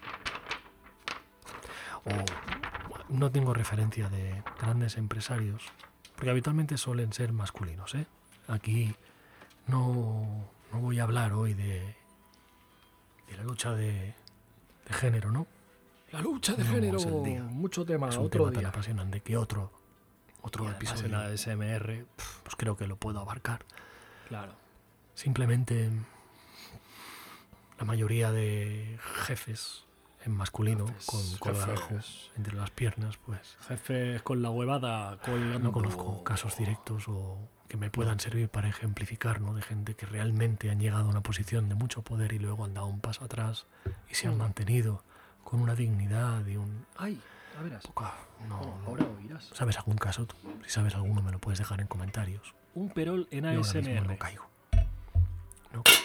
No tengo referencia de grandes empresarios, porque habitualmente suelen ser masculinos, ¿eh? Aquí no voy a hablar hoy de la lucha de género, ¿no? La lucha de No, género. es el día. Mucho tema. Es un Otro tema tan día. apasionante que otro Y además episodio, en ASMR. pues creo que lo puedo abarcar. Claro. Simplemente la mayoría de jefes en masculino, Jefes, con jefes. abajo entre las piernas, pues Jefes con la huevada colgando. no conozco casos directos o que me puedan servir para ejemplificar, ¿no? De gente que realmente han llegado a una posición de mucho poder y luego han dado un paso atrás y se han mantenido con una dignidad y un... Ay, a verás. No, Ahora oirás. ¿Sabes algún caso tú? Si sabes alguno me lo puedes dejar en comentarios. Un perol en Yo ahora mismo ASMR. no caigo. No caigo.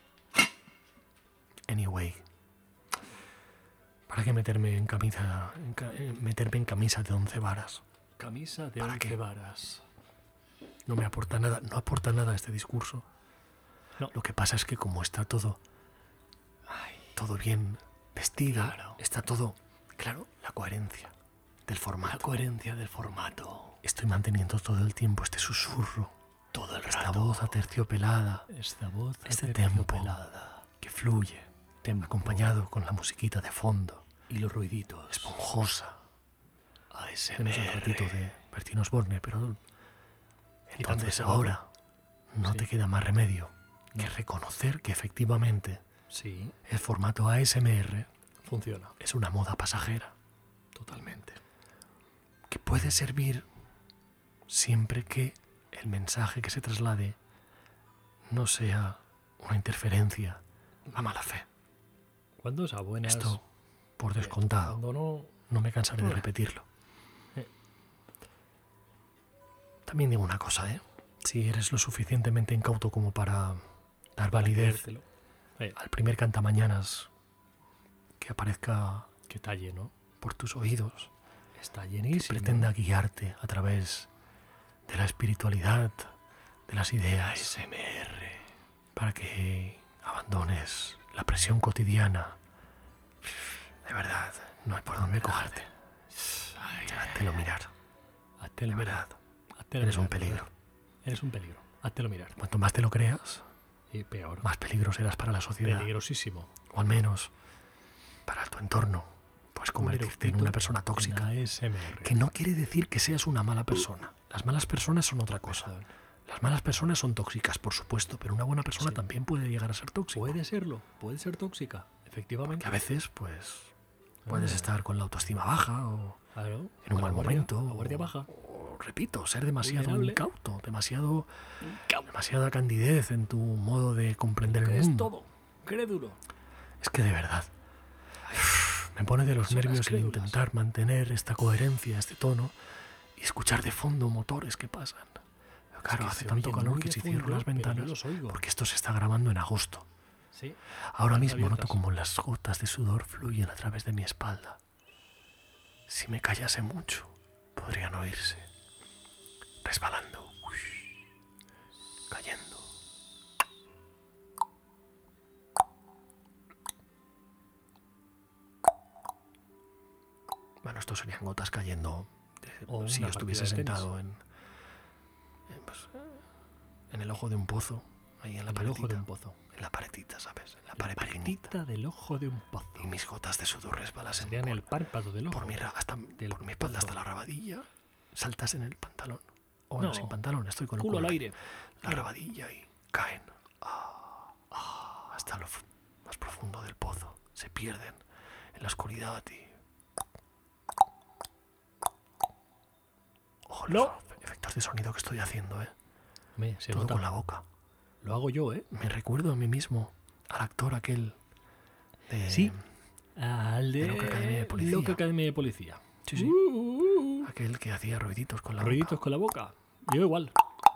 Anyway. ¿Para qué meterme en camisa meterme en camisa de 11 varas? Camisa de ¿Para 11 qué? varas. No me aporta nada, no aporta nada este discurso. No. Lo que pasa es que como está todo bien vestido, Claro. está todo, claro, la coherencia del La formato. coherencia del formato. Estoy manteniendo todo el tiempo este susurro, Todo el esta rato. voz aterciopelada Esta voz Este aterciopelada. que fluye, acompañado con la musiquita de fondo, Y los ruiditos. esponjosa. Tenemos un ASMR. ratito de Bertín Osborne, pero entonces ese ahora no Sí. te queda más remedio que reconocer que efectivamente Sí, el formato ASMR funciona. es una moda pasajera, Totalmente. que puede servir siempre que el mensaje que se traslade no sea una interferencia a mala fe. Cuando es a buenas. Esto, por descontado, Cuando no me cansaré de repetirlo. También digo una cosa, ¿eh? Si eres lo suficientemente incauto como para dar validez creértelo. al primer cantamañanas que aparezca Que está lleno. por tus oídos, Está que llenísimo. pretenda guiarte a través de la espiritualidad, de las ideas, ASMR. para que abandones la presión cotidiana. De verdad, no hay por dónde cogerte. Háztelo mirar, Háztelo de mirar. verdad. Háztelo Eres un mirar, peligro. ¿verdad? Eres un peligro. Háztelo mirar. Cuanto más te lo creas, Y peor. más peligro serás para la sociedad. Peligrosísimo. O al menos para tu entorno. Puedes convertirte en una persona tóxica. En ASMR. Que no quiere decir que seas una mala persona. Las malas personas son otra cosa. Perdón. Las malas personas son tóxicas, por supuesto, pero una buena persona Sí. también puede llegar a ser tóxica. Puede serlo. Puede ser tóxica. Efectivamente. Que a veces, pues, puedes Ah. estar con la autoestima baja o Claro. en un mal momento. La guardia baja. O, repito, ser demasiado Vulnerable. incauto, demasiada candidez en tu modo de comprender el Es mundo. todo. Crédulo. Es que de verdad, me pone de los Personas nervios el crédulas. intentar mantener esta coherencia, este tono y escuchar de fondo motores que pasan. Pero claro, que hace se tanto oyen calor muy que de si fondo, cierro las pero yo ventanas, los oigo. porque esto se está grabando en agosto. Sí. Ahora Están mismo noto abiertas. como las gotas de sudor fluyen a través de mi espalda. Si me callase mucho, podrían oírse. Resbalando. Cayendo. Bueno, estos serían gotas cayendo O si una yo estuviese partida de tenis. sentado en el ojo de un pozo, ahí en la El paredita. ojo de un pozo. En la paredita, ¿sabes? En la La pared pequeñita. paredita del ojo de un pozo. Y mis gotas de sudor resbalasen Sería en el párpado del ojo. por mi, por mi espalda pozo. hasta la rabadilla, saltas en el pantalón. O bueno, No. sin pantalón, estoy con Culo al culo. aire. La rabadilla y caen hasta lo más profundo del pozo. Se pierden en la oscuridad y... Ojo, los efectos de sonido que estoy haciendo, Se todo nota. con la boca. Lo hago yo, ¿eh? Me recuerdo a mí mismo, al actor aquel de... Sí. Al de Loca Academia de Policía. Loca Academia de Policía. Sí, sí. Aquel que hacía ruiditos con la Ruiditos boca. con la boca. Yo igual.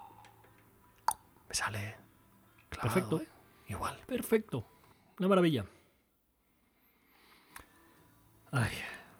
Me sale clavado, Perfecto. Igual. Perfecto. Una maravilla. Ay,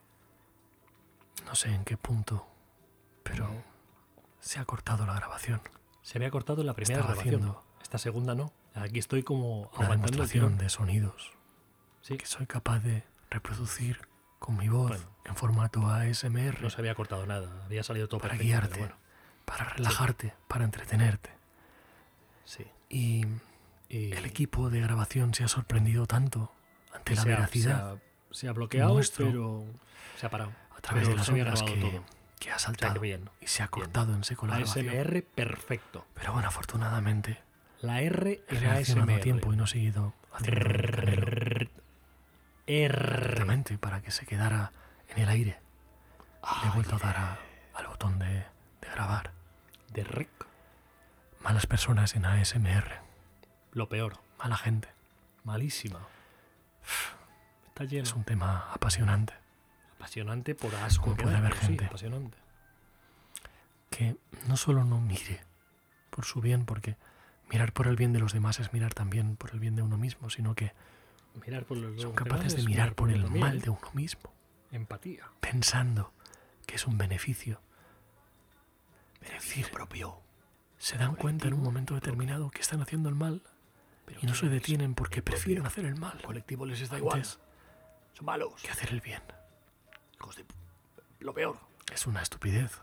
No sé en qué punto, pero se ha cortado la grabación. se había cortado en la primera Estaba grabación. haciendo Esta segunda no. Aquí estoy como Una aguantando el demostración tirón. de sonidos Sí. que soy capaz de reproducir con mi voz Bueno. en formato ASMR No se había cortado nada. Había salido todo para perfecto, guiarte, pero bueno. para relajarte, para entretenerte. Sí. Y Y el equipo de grabación se ha sorprendido tanto ante la veracidad se ha bloqueado, nuestro pero se ha parado. a través Pero de las se había ondas grabado que, todo. que ha O sea, saltado que bien. y se ha cortado en seco la grabación. ASMR perfecto. Pero bueno, afortunadamente La R he en reaccionado a ASMR. tiempo y no he seguido haciendo el canelo R. directamente para que se quedara en el aire. Y le he vuelto a dar al botón de grabar. De rec. Malas personas en ASMR. Lo peor. Mala gente. Malísima. Está lleno. Es un tema apasionante. Apasionante por asco. Como que puede da, haber pero sí, gente. apasionante. Que no solo no mire por su bien, porque mirar por el bien de los demás es mirar también por el bien de uno mismo, sino que Mirar por los son demás capaces de es mirar por el uno también. mal de uno mismo, Empatía. pensando que es un beneficio. Beneficio propio. Se dan cuenta en un momento determinado que están haciendo el mal y no se detienen porque prefieren hacer el mal. Colectivo les da igual. Antes Son malos. que hacer el bien. Hijos de... Lo peor. Es una estupidez.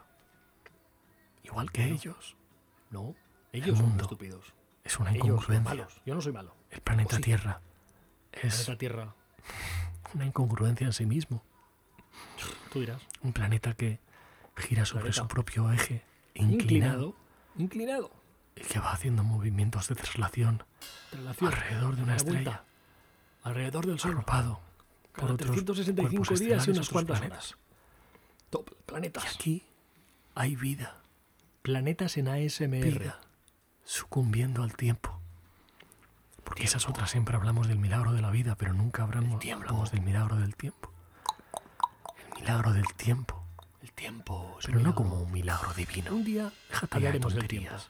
Igual que ellos. No. Ellos son mundo estúpidos. Es una Ellos son incongruencia. malos. Yo no soy malo. El planeta O sí. Tierra es Planeta Tierra. una incongruencia en sí mismo. Tú dirás. Un planeta que gira sobre Planeta. su propio eje, inclinado, Inclinado. y que va haciendo movimientos de traslación Relación. alrededor de una La estrella, vuelta. Alrededor del Sol. arropado por Cada otros 365 cuerpos días y estelares, unas otros cuantas planetas. horas. Top. Planetas. Y aquí hay vida, Planetas en ASMR. vida, sucumbiendo al tiempo. Porque esas otras siempre hablamos del milagro de la vida, pero nunca hablamos del milagro del tiempo. El milagro del tiempo, El tiempo. es pero un no milagro. como un milagro divino. Un día Déjate ya de hablaremos del tonterías.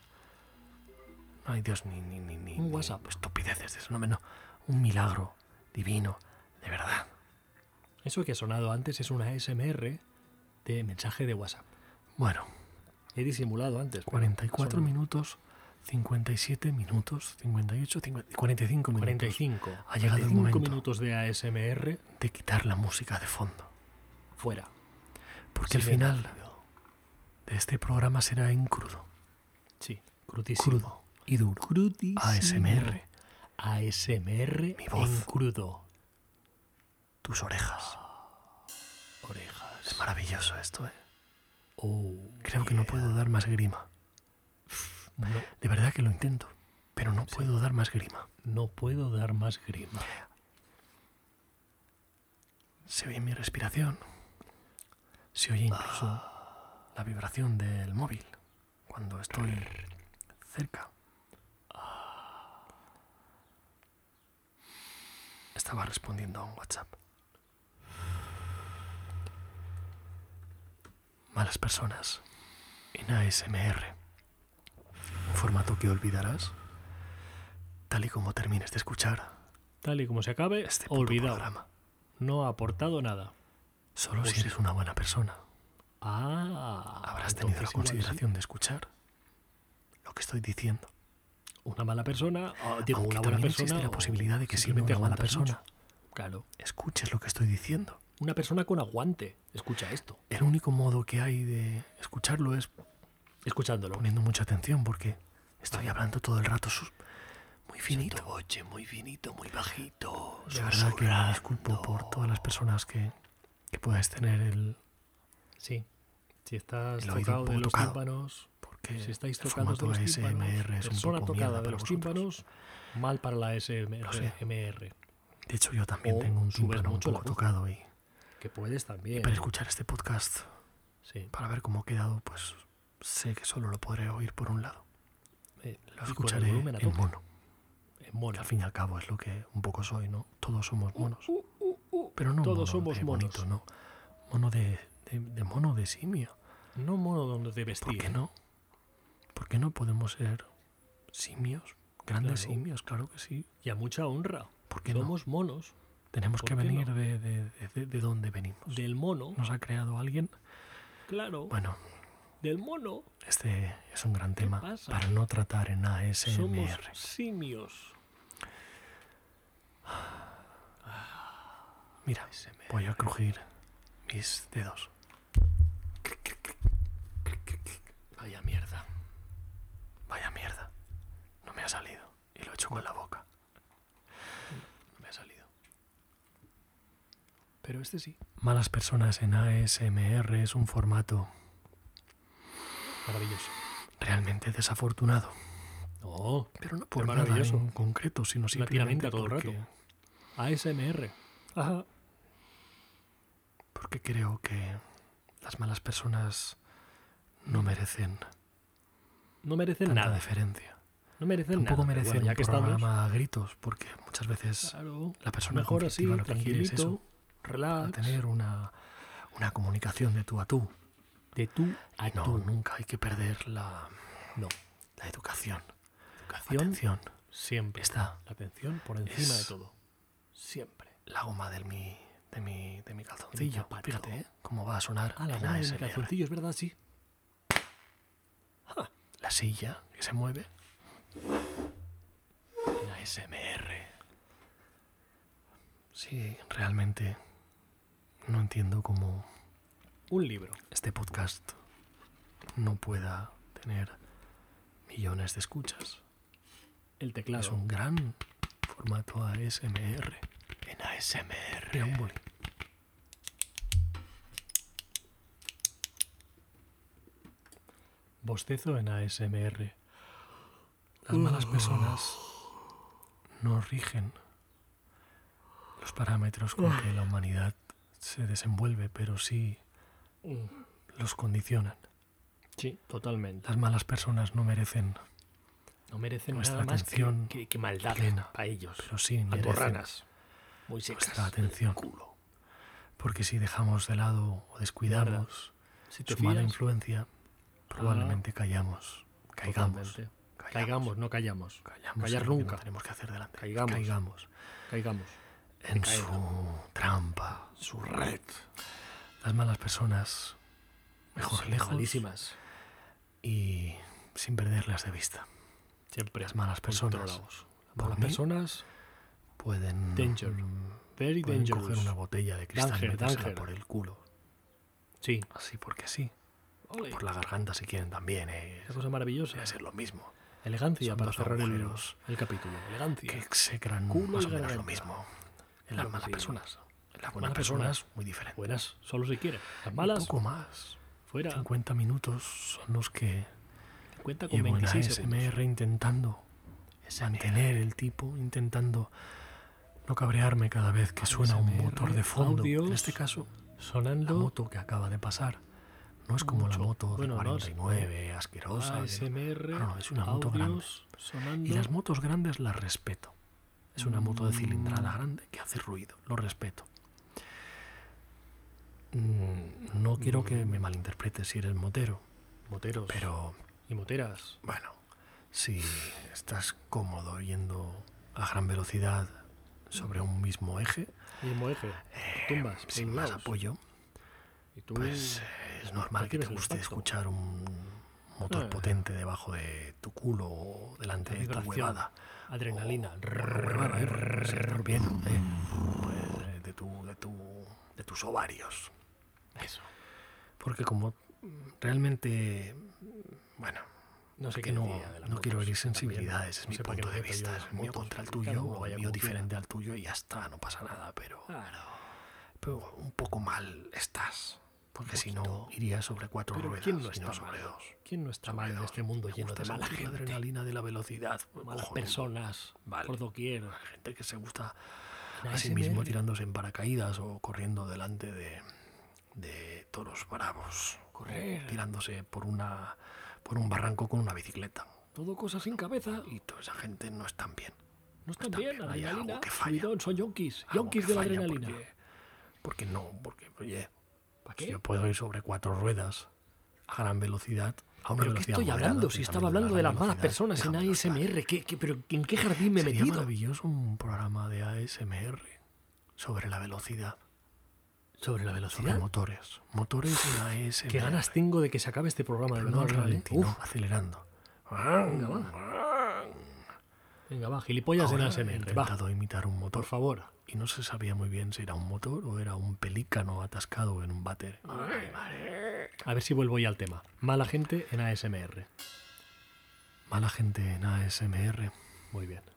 No hay Dios ni Un WhatsApp. estupideces de eso. No, un milagro divino, de verdad. Eso que ha sonado antes es una ASMR de mensaje de WhatsApp. Bueno, He disimulado antes. pero 44 sonó. minutos, 57 minutos, 58, 45 minutos. 45. Ha llegado el 45 momento minutos de ASMR de quitar la música de fondo. fuera. Porque el Silencio. final de este programa será en crudo. Sí, crudísimo. Crudo y duro. Crudísimo. ASMR. ASMR Mi voz. en crudo. Tus orejas. Orejas. Es maravilloso esto, ¿eh? Oh, Creo que no puedo dar más grima. no, De verdad que lo intento, pero no puedo dar más grima. no puedo dar más grima. Se oye mi respiración. Se oye incluso la vibración del móvil cuando estoy cerca. Estaba respondiendo a un WhatsApp. Malas personas en ASMR. Un formato que olvidarás tal y como termines de escuchar Tal y como se acabe, este puto olvidado. programa. No ha aportado nada. Solo Pues si eres una buena persona habrás tenido la entonces igual consideración de escuchar lo que estoy diciendo. sí. Una mala persona, digo, Aunque una buena también persona. existe la o posibilidad de que siendo simplemente una mala aguantas persona mucho. Claro. escuches lo que estoy diciendo. Una persona con aguante. Escucha esto. El único modo que hay de escucharlo es Escuchándolo. poniendo mucha atención porque estoy hablando todo el rato muy finito. Sottovoce, muy finito, muy bajito. De verdad que me disculpo por todas las personas que puedas tener Sí. Si estás el oído un tocado poco de los tocado. tímpanos, porque si estáis el tocados de formato los tímpanos, ASMR es un persona poco tocada mierda de para los vosotros. tímpanos, mal para la Lo sé. ASMR. De hecho, yo también O tengo un subes tímpano un mucho la poco voz. tocado y Que puedes también. para escuchar este podcast, Sí. para ver cómo ha quedado, pues sé que solo lo podré oír por un lado. Lo Y con el escucharé volumen a en tope. mono, En que mono. al fin y al cabo es lo que un poco soy, ¿no? Todos somos monos. Pero no Todos mono somos de monos. bonito, no. Mono de mono de simio. No mono donde de vestir. ¿Por qué no? ¿Por qué no podemos ser simios? Grandes Claro. simios, claro que sí. Y a mucha honra. ¿Por qué no? Somos monos. Tenemos ¿por que qué venir no? de dónde venimos. Del mono. Nos ha creado alguien. Claro. Bueno, Del mono. este es un gran tema pasa? para no tratar en ASMR. Somos simios. Mira, voy a crujir mis dedos. Vaya mierda. Vaya mierda. No me ha salido. Y lo he hecho con la boca. No me ha salido. Pero este sí. Malas personas en ASMR es un formato Maravilloso. realmente desafortunado. No. Pero no por Pero nada maravilloso. en concreto, sino Una simplemente tiramenta todo el porque, rato. ASMR. Ajá. porque creo que las malas personas no merecen No merecen tanta nada. deferencia. No merecen Tampoco nada. pero merecen bueno, ya un que estamos. programa a gritos, porque muchas veces Claro. la persona Mejor así, conflictiva lo que quiere es tranquilito. eso, a Relax. tener una comunicación de tú a tú. De tú a No, tú. nunca hay que perder la No. educación. Educación. Atención, Siempre. está La atención por encima de Es- todo. Siempre. la goma de mi calzoncillo. zapato. Fíjate, cómo va a sonar Ah, la en goma de mi ASMR. calzoncillo, es verdad, sí. La silla que se mueve en ASMR. Sí, realmente no entiendo cómo Un libro. este podcast no pueda tener millones de escuchas. El teclado. Es un gran formato ASMR. En ASMR. Mira, un boli. Bostezo en ASMR. Las malas personas no rigen los parámetros con que la humanidad se desenvuelve, pero sí los condicionan. Sí, totalmente. Las malas personas no merecen, No merecen nuestra nada más atención que maldad plena, para ellos. pero sí merecen Andorranas. Muy secas. nuestra atención. Culo. Porque si dejamos de lado o descuidamos Si te su mala fías, influencia, probablemente caigamos. totalmente. Caigamos, no callamos. Callamos Callar en lo que nunca. no tenemos que hacer delante. Caigamos. Caigamos. Caigamos. en su trampa, su red. Las malas personas, mejor Sí, lejos malísimas. y sin perderlas de vista. Siempre. Las malas personas, controlados. por Malas mí, personas, pueden, danger. Very pueden dangerous. coger una botella de cristal y Danger, metérsela danger. por el culo. Sí. Así porque sí. Ole. Por la garganta si quieren también. Una cosa maravillosa. Debe ser lo mismo. Elegancia Son para dos cerrar agujeros el capítulo. Elegancia. Que se crean Culo más y o menos garganta. lo mismo. En Claro las que malas sí. personas. En las buenas Malas personas, personas. muy diferente. Buenas, solo si quieren. Las Un malas, poco más. fuera. 50 minutos son los que Cuenta con llevo en 26 segundos. ASMR intentando mantener el tipo, intentando no cabrearme cada vez que suena un ASMR, motor de fondo. audios, En este caso, la sonando. moto que acaba de pasar no es como la mucho. moto de Bueno, no, 49, asquerosa. que no- ASMR, no, es una moto grande. audios, sonando. Y las motos grandes las respeto. Es una moto de cilindrada grande que hace ruido. Lo respeto. No quiero que me malinterpretes si eres motero, Moteros pero y moteras. bueno, si estás cómodo yendo a gran velocidad sobre un mismo eje, Mismo eje. Tumbas. por sin un más lado. apoyo, Y tú. pues es normal que te tienes el guste impacto. escuchar un motor Ah. potente debajo de tu culo o delante La de tu vibración. huevada. Adrenalina. Huevada, sí, también, pues, de tus ovarios. Eso. Porque como realmente, bueno, No sé que qué no, decía de las no quiero motos, herir también. sensibilidades, es No mi sé para qué punto me de meto yo vista, en es las el mío motos, contra el cada tuyo, uno o vaya el mío como quiera. diferente al tuyo y ya está, no pasa nada, pero un poco mal estás, porque si no irías sobre cuatro Pero ruedas ¿quién no y está no sobre mal? dos. ¿Quién no está Sobre mal en dos. este mundo Me lleno gusta de mala sentir la gente? adrenalina de la velocidad, Malas cojonudo. personas. Vale. Por doquier. Hay gente que se gusta En a sí mismo ASMR. tirándose en paracaídas o corriendo delante de toros bravos. Correr. O tirándose por un barranco con una bicicleta. Todo cosas sin cabeza. Y toda esa gente no están bien. No están está bien. bien, hay Adrenalina. algo que falla. Subidón, son yonkis. Algo Yonkis que de la falla adrenalina. porque no, porque oye, ¿Para si qué? yo puedo ir sobre cuatro ruedas a gran velocidad, a una ¿Pero qué velocidad estoy moderada, hablando? pero Si estaba también a hablando de gran las malas velocidad, personas en déjamelo estar. ASMR. ¿Pero en qué jardín me he Sería metido? maravilloso un programa de ASMR sobre la velocidad, Sobre la sobre velocidad. motores en ASMR. Qué ganas tengo de que se acabe este programa de Pero no al verdad. ralentí, no, acelerando. Venga, va, gilipollas en Ahora he ASMR. Va, intentado imitar un motor por favor. y no se sabía muy bien si era un motor o era un pelícano atascado en un váter. A ver si vuelvo ya al tema. Mala gente en ASMR. Mala gente en ASMR. Muy bien.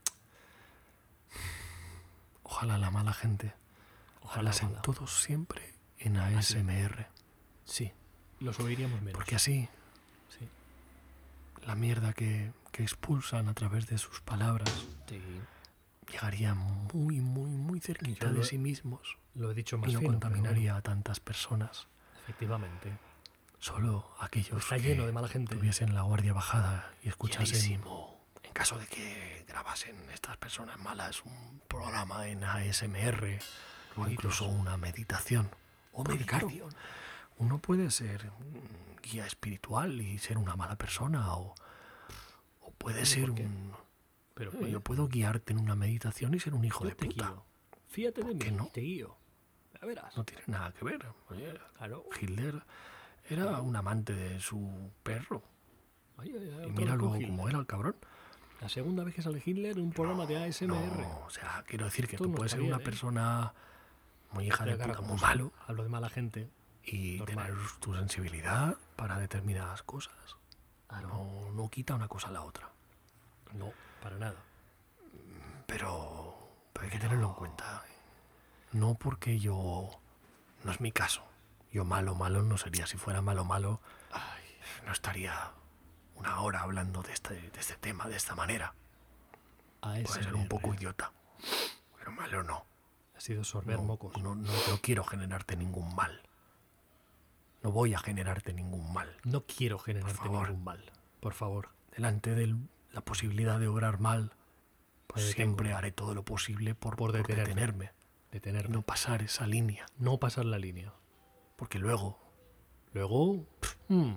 Ojalá la mala gente. Ojalá Hablasen mala. todos siempre en ASMR. Sí, los oiríamos menos. Porque así Sí. la mierda que expulsan a través de sus palabras Sí. llegaría muy, muy, muy cerquita Yo de lo- sí mismos Lo he dicho más y no fino, pero contaminaría a tantas personas. bueno, efectivamente. Solo aquellos Está que lleno de mala gente. tuviesen la guardia bajada y escuchasen, Llenísimo. en caso de que grabasen estas personas malas, un programa en ASMR o incluso una meditación. Porque, claro, uno puede ser guía espiritual y ser una mala persona o puede ser ¿por qué? un... Pero Yo puedo guiarte en una meditación y ser un hijo yo de te puta. guío. Fíjate de mí, qué no? te guío. Ya verás. No tiene nada que ver. Oye, Claro. Hitler era un amante de su perro. Ay, ay, ay, Y otra mira vez con luego Hitler. cómo era el cabrón. La segunda vez que sale Hitler en un programa de ASMR. No, o sea, quiero decir que Esto tú no puedes está ser una bien, ¿eh? persona muy hija de Pero claro, puta, como muy sí, malo, Hablo de mala gente. y normal. tener tu sensibilidad para determinadas cosas. Claro. No quita una cosa a la otra. No, para nada. Pero hay que tenerlo en cuenta. No porque yo... No es mi caso. Yo malo no sería. Si fuera malo, no estaría una hora hablando de este tema de esta manera. Puede ser un poco idiota. Pero malo no. Ha sido sorber mocos. No quiero generarte ningún mal. No voy a generarte ningún mal. No quiero generarte favor. ningún mal. Por favor. Delante de la posibilidad de obrar mal, pues Me siempre detengo. haré todo lo posible por detenerte. detenerme. Y Detenerme. no pasar esa línea. No pasar la línea. Porque luego Luego...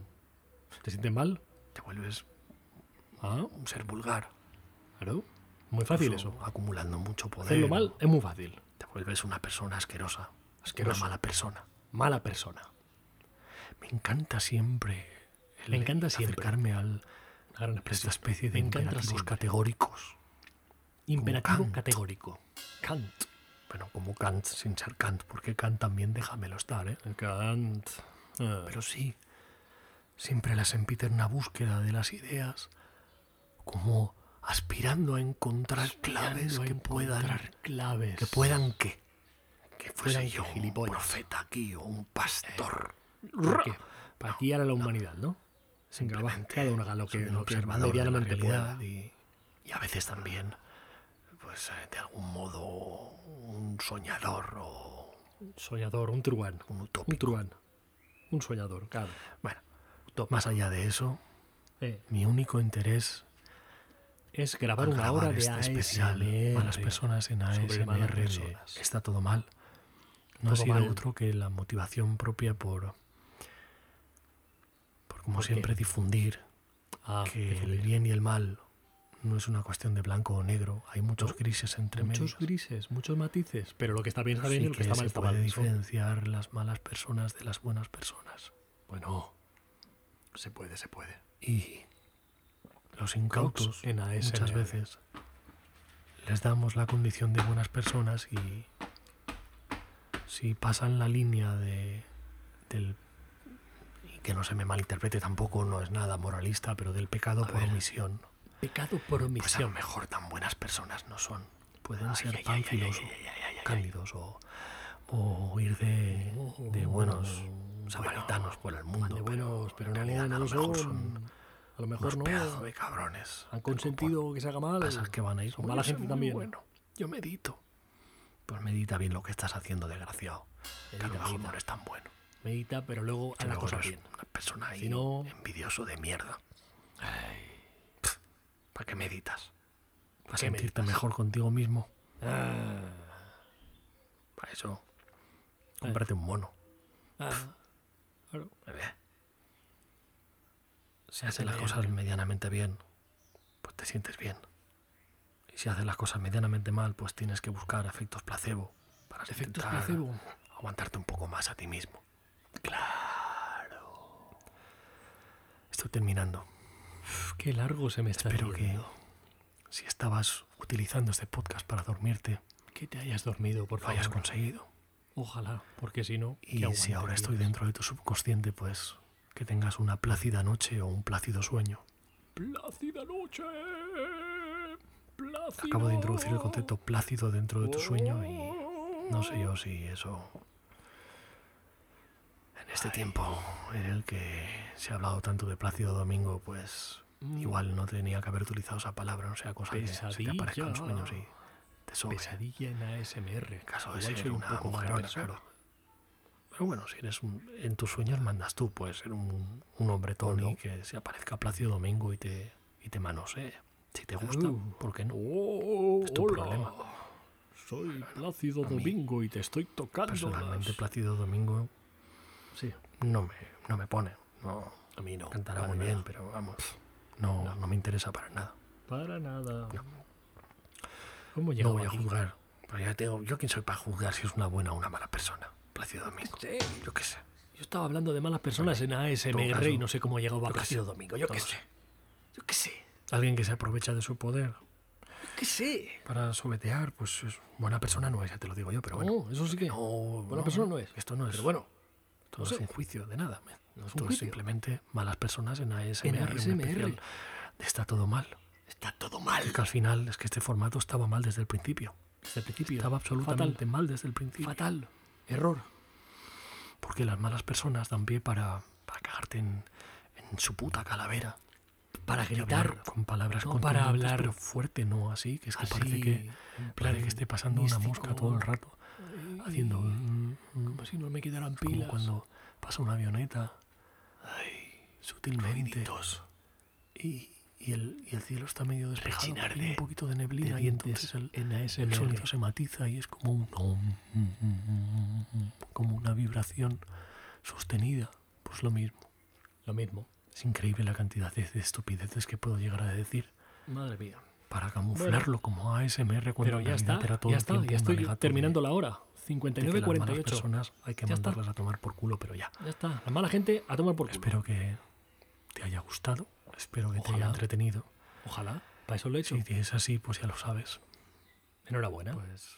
¿Te sientes mal? te vuelves ¿Ah? un ser vulgar. Claro. Muy fácil eso. Acumulando mucho poder. Hacerlo mal es muy fácil. Te vuelves una persona asquerosa. Asqueroso. Una mala persona. Mala persona. Me encanta siempre Me encanta siempre. acercarme Una gran a expresión. esta especie de Me encanta imperativos siempre. categóricos. Imperativo Kant. categórico. Kant. Bueno, como Kant sin ser Kant, porque Kant también déjamelo estar, ¿eh? Kant. Pero sí, siempre la sempiterna búsqueda de las ideas, como aspirando a encontrar claves que puedan... claves. Que puedan qué. Que fuese Puedan yo qué, un gilipollas. profeta aquí o un pastor. ¿Por qué? Para guiar a la humanidad, ¿no? Simplemente Cada uno haga lo soy que, un lo que observador de la medianamente realidad pueda. y a veces también, pues de algún modo, un soñador o Un soñador, un truán. un Un utópico. truán. Un soñador, claro. Bueno, más allá de eso, Eh, mi único interés es grabar al una grabar hora de este especial ASMR. Malas Personas en sobre malas ASMR de personas. que está todo mal, no ha Todo sido mal. otro que la motivación propia por como ¿Por siempre, qué? difundir que el difundir. bien y el mal no es una cuestión de blanco o negro, hay muchos grises entre Muchos medios. grises, muchos matices. Pero lo que está bien está bien y Sí lo que que está mal se está puede mal. Eso. diferenciar las malas personas de las buenas personas. Bueno, se puede, se puede. Y los incautos Crocs en ASMR. muchas veces les damos la condición de buenas personas y si pasan la línea del, y que no se me malinterprete tampoco, no es nada moralista, pero del pecado por omisión, Pecado por pues a lo omisión. mejor tan buenas personas no son. Pueden ser pánfilos o cándidos o ir de buenos samaritanos por el mundo. De buenos, pero en no, realidad no a lo lo mejor son. son A lo mejor unos no. pedazos de cabrones. Han consentido que se haga mal. Pasas que van a ir. Son mala gente también. Bueno, yo medito. Pues medita bien lo que estás haciendo, desgraciado. Que a lo Medita, mejor medita. no eres tan bueno. Medita, pero luego haz Que las luego cosas eres bien. una persona ahí Si no- envidioso de mierda. ¿Para qué meditas? ¿Para qué sentirte meditas? mejor contigo mismo? Ah, Para eso, cómprate un mono. claro. Bebé. Si haces las cosas medianamente bien, pues te sientes bien. Y si haces las cosas medianamente mal, pues tienes que buscar efectos placebo para Efectos intentar placebo. aguantarte un poco más a ti mismo. Claro. Estoy terminando. Uf, qué largo se me está Espero que haciendo. si estabas utilizando este podcast para dormirte, Que te hayas dormido, por lo hayas favor. conseguido. Ojalá, porque si no... Y ¿qué aguante si ahora estoy tienes? dentro de tu subconsciente, pues que tengas una plácida noche o un plácido sueño. Plácida noche. Plácida. Acabo de introducir el concepto plácido dentro de tu sueño y no sé yo si eso, en este tiempo en el que se ha hablado tanto de Plácido Domingo, pues igual no tenía que haber utilizado esa palabra, no sea cosa que se te Pesadilla. aparezcan sueños y te sobre. Pesadilla en ASMR. En caso de Igual ser soy un una poco mala mujerona, persona. claro. Pero bueno, si eres en tus sueños mandas tú, puedes ser un hombretón y que se aparezca Plácido Domingo y te manosee. Si te gusta, ¿por qué no? Es tu hola. problema. Soy Plácido Domingo y te estoy tocando. Personalmente, Plácido Domingo Sí. no me pone. No, A mí no. cantará para muy nada. bien, pero vamos, no me interesa para nada. Para nada. ¿Cómo No llegó voy a aquí? juzgar. Pero ya tengo, ¿yo quién soy para juzgar si es una buena o una mala persona? Plácido Domingo. Sí. Yo qué sé. Yo estaba hablando de malas personas en todo ASMR caso, y no sé cómo llegó a yo qué Plácido sé. Domingo. Yo No qué lo sé. Yo qué sé. Alguien que se aprovecha de su poder Yo qué sé. para sobetear, pues es buena persona no es, ya te lo digo yo, pero bueno. No, eso sí que. No, buena persona no es. Esto no es. Pero bueno. Esto no sé. es un juicio de nada. No es un Esto es juicio. simplemente malas personas en ASMR. En un ASMR. especial de Está todo mal. Está todo mal. Que al final es que este formato estaba mal desde el principio. Desde el principio. Estaba absolutamente mal desde el principio. Fatal. Error. Porque las malas personas dan pie para cagarte en su puta calavera. Para Y gritar. hablar con palabras No para contundentes, hablar pero fuerte, no así, que es que así, parece que en plan esté pasando místico. una mosca todo el rato, haciendo Como si no me quedaran como pilas. cuando pasa una avioneta, sutilmente, y el cielo está medio despejado, Rechinar pero hay un de- poquito de neblina de y entonces dientes el en ASMR. sonido se matiza y es como como una vibración sostenida, pues lo mismo. Lo mismo. Es increíble la cantidad de estupideces que puedo llegar a decir. Madre mía. para camuflarlo como ASMR cuando Pero en ya está, realidad era todo ya el está, tiempo ya un estoy alegato terminando de- la hora. de que las malas 59:48. personas hay que Ya está. mandarlas a tomar por culo, pero ya. Ya está. La mala gente a tomar por culo. Espero que te haya gustado, espero que te Ojalá. haya entretenido. Ojalá. Para eso lo he hecho. Si es así, pues ya lo sabes. Enhorabuena. Pues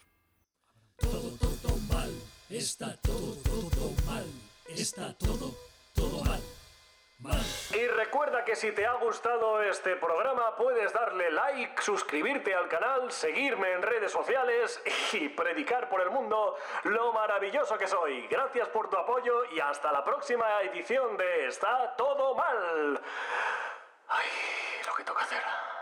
Y recuerda que si te ha gustado este programa puedes darle like, suscribirte al canal, seguirme en redes sociales y predicar por el mundo lo maravilloso que soy. Gracias por tu apoyo y hasta la próxima edición de Está Todo Mal. Ay, lo que toca hacer.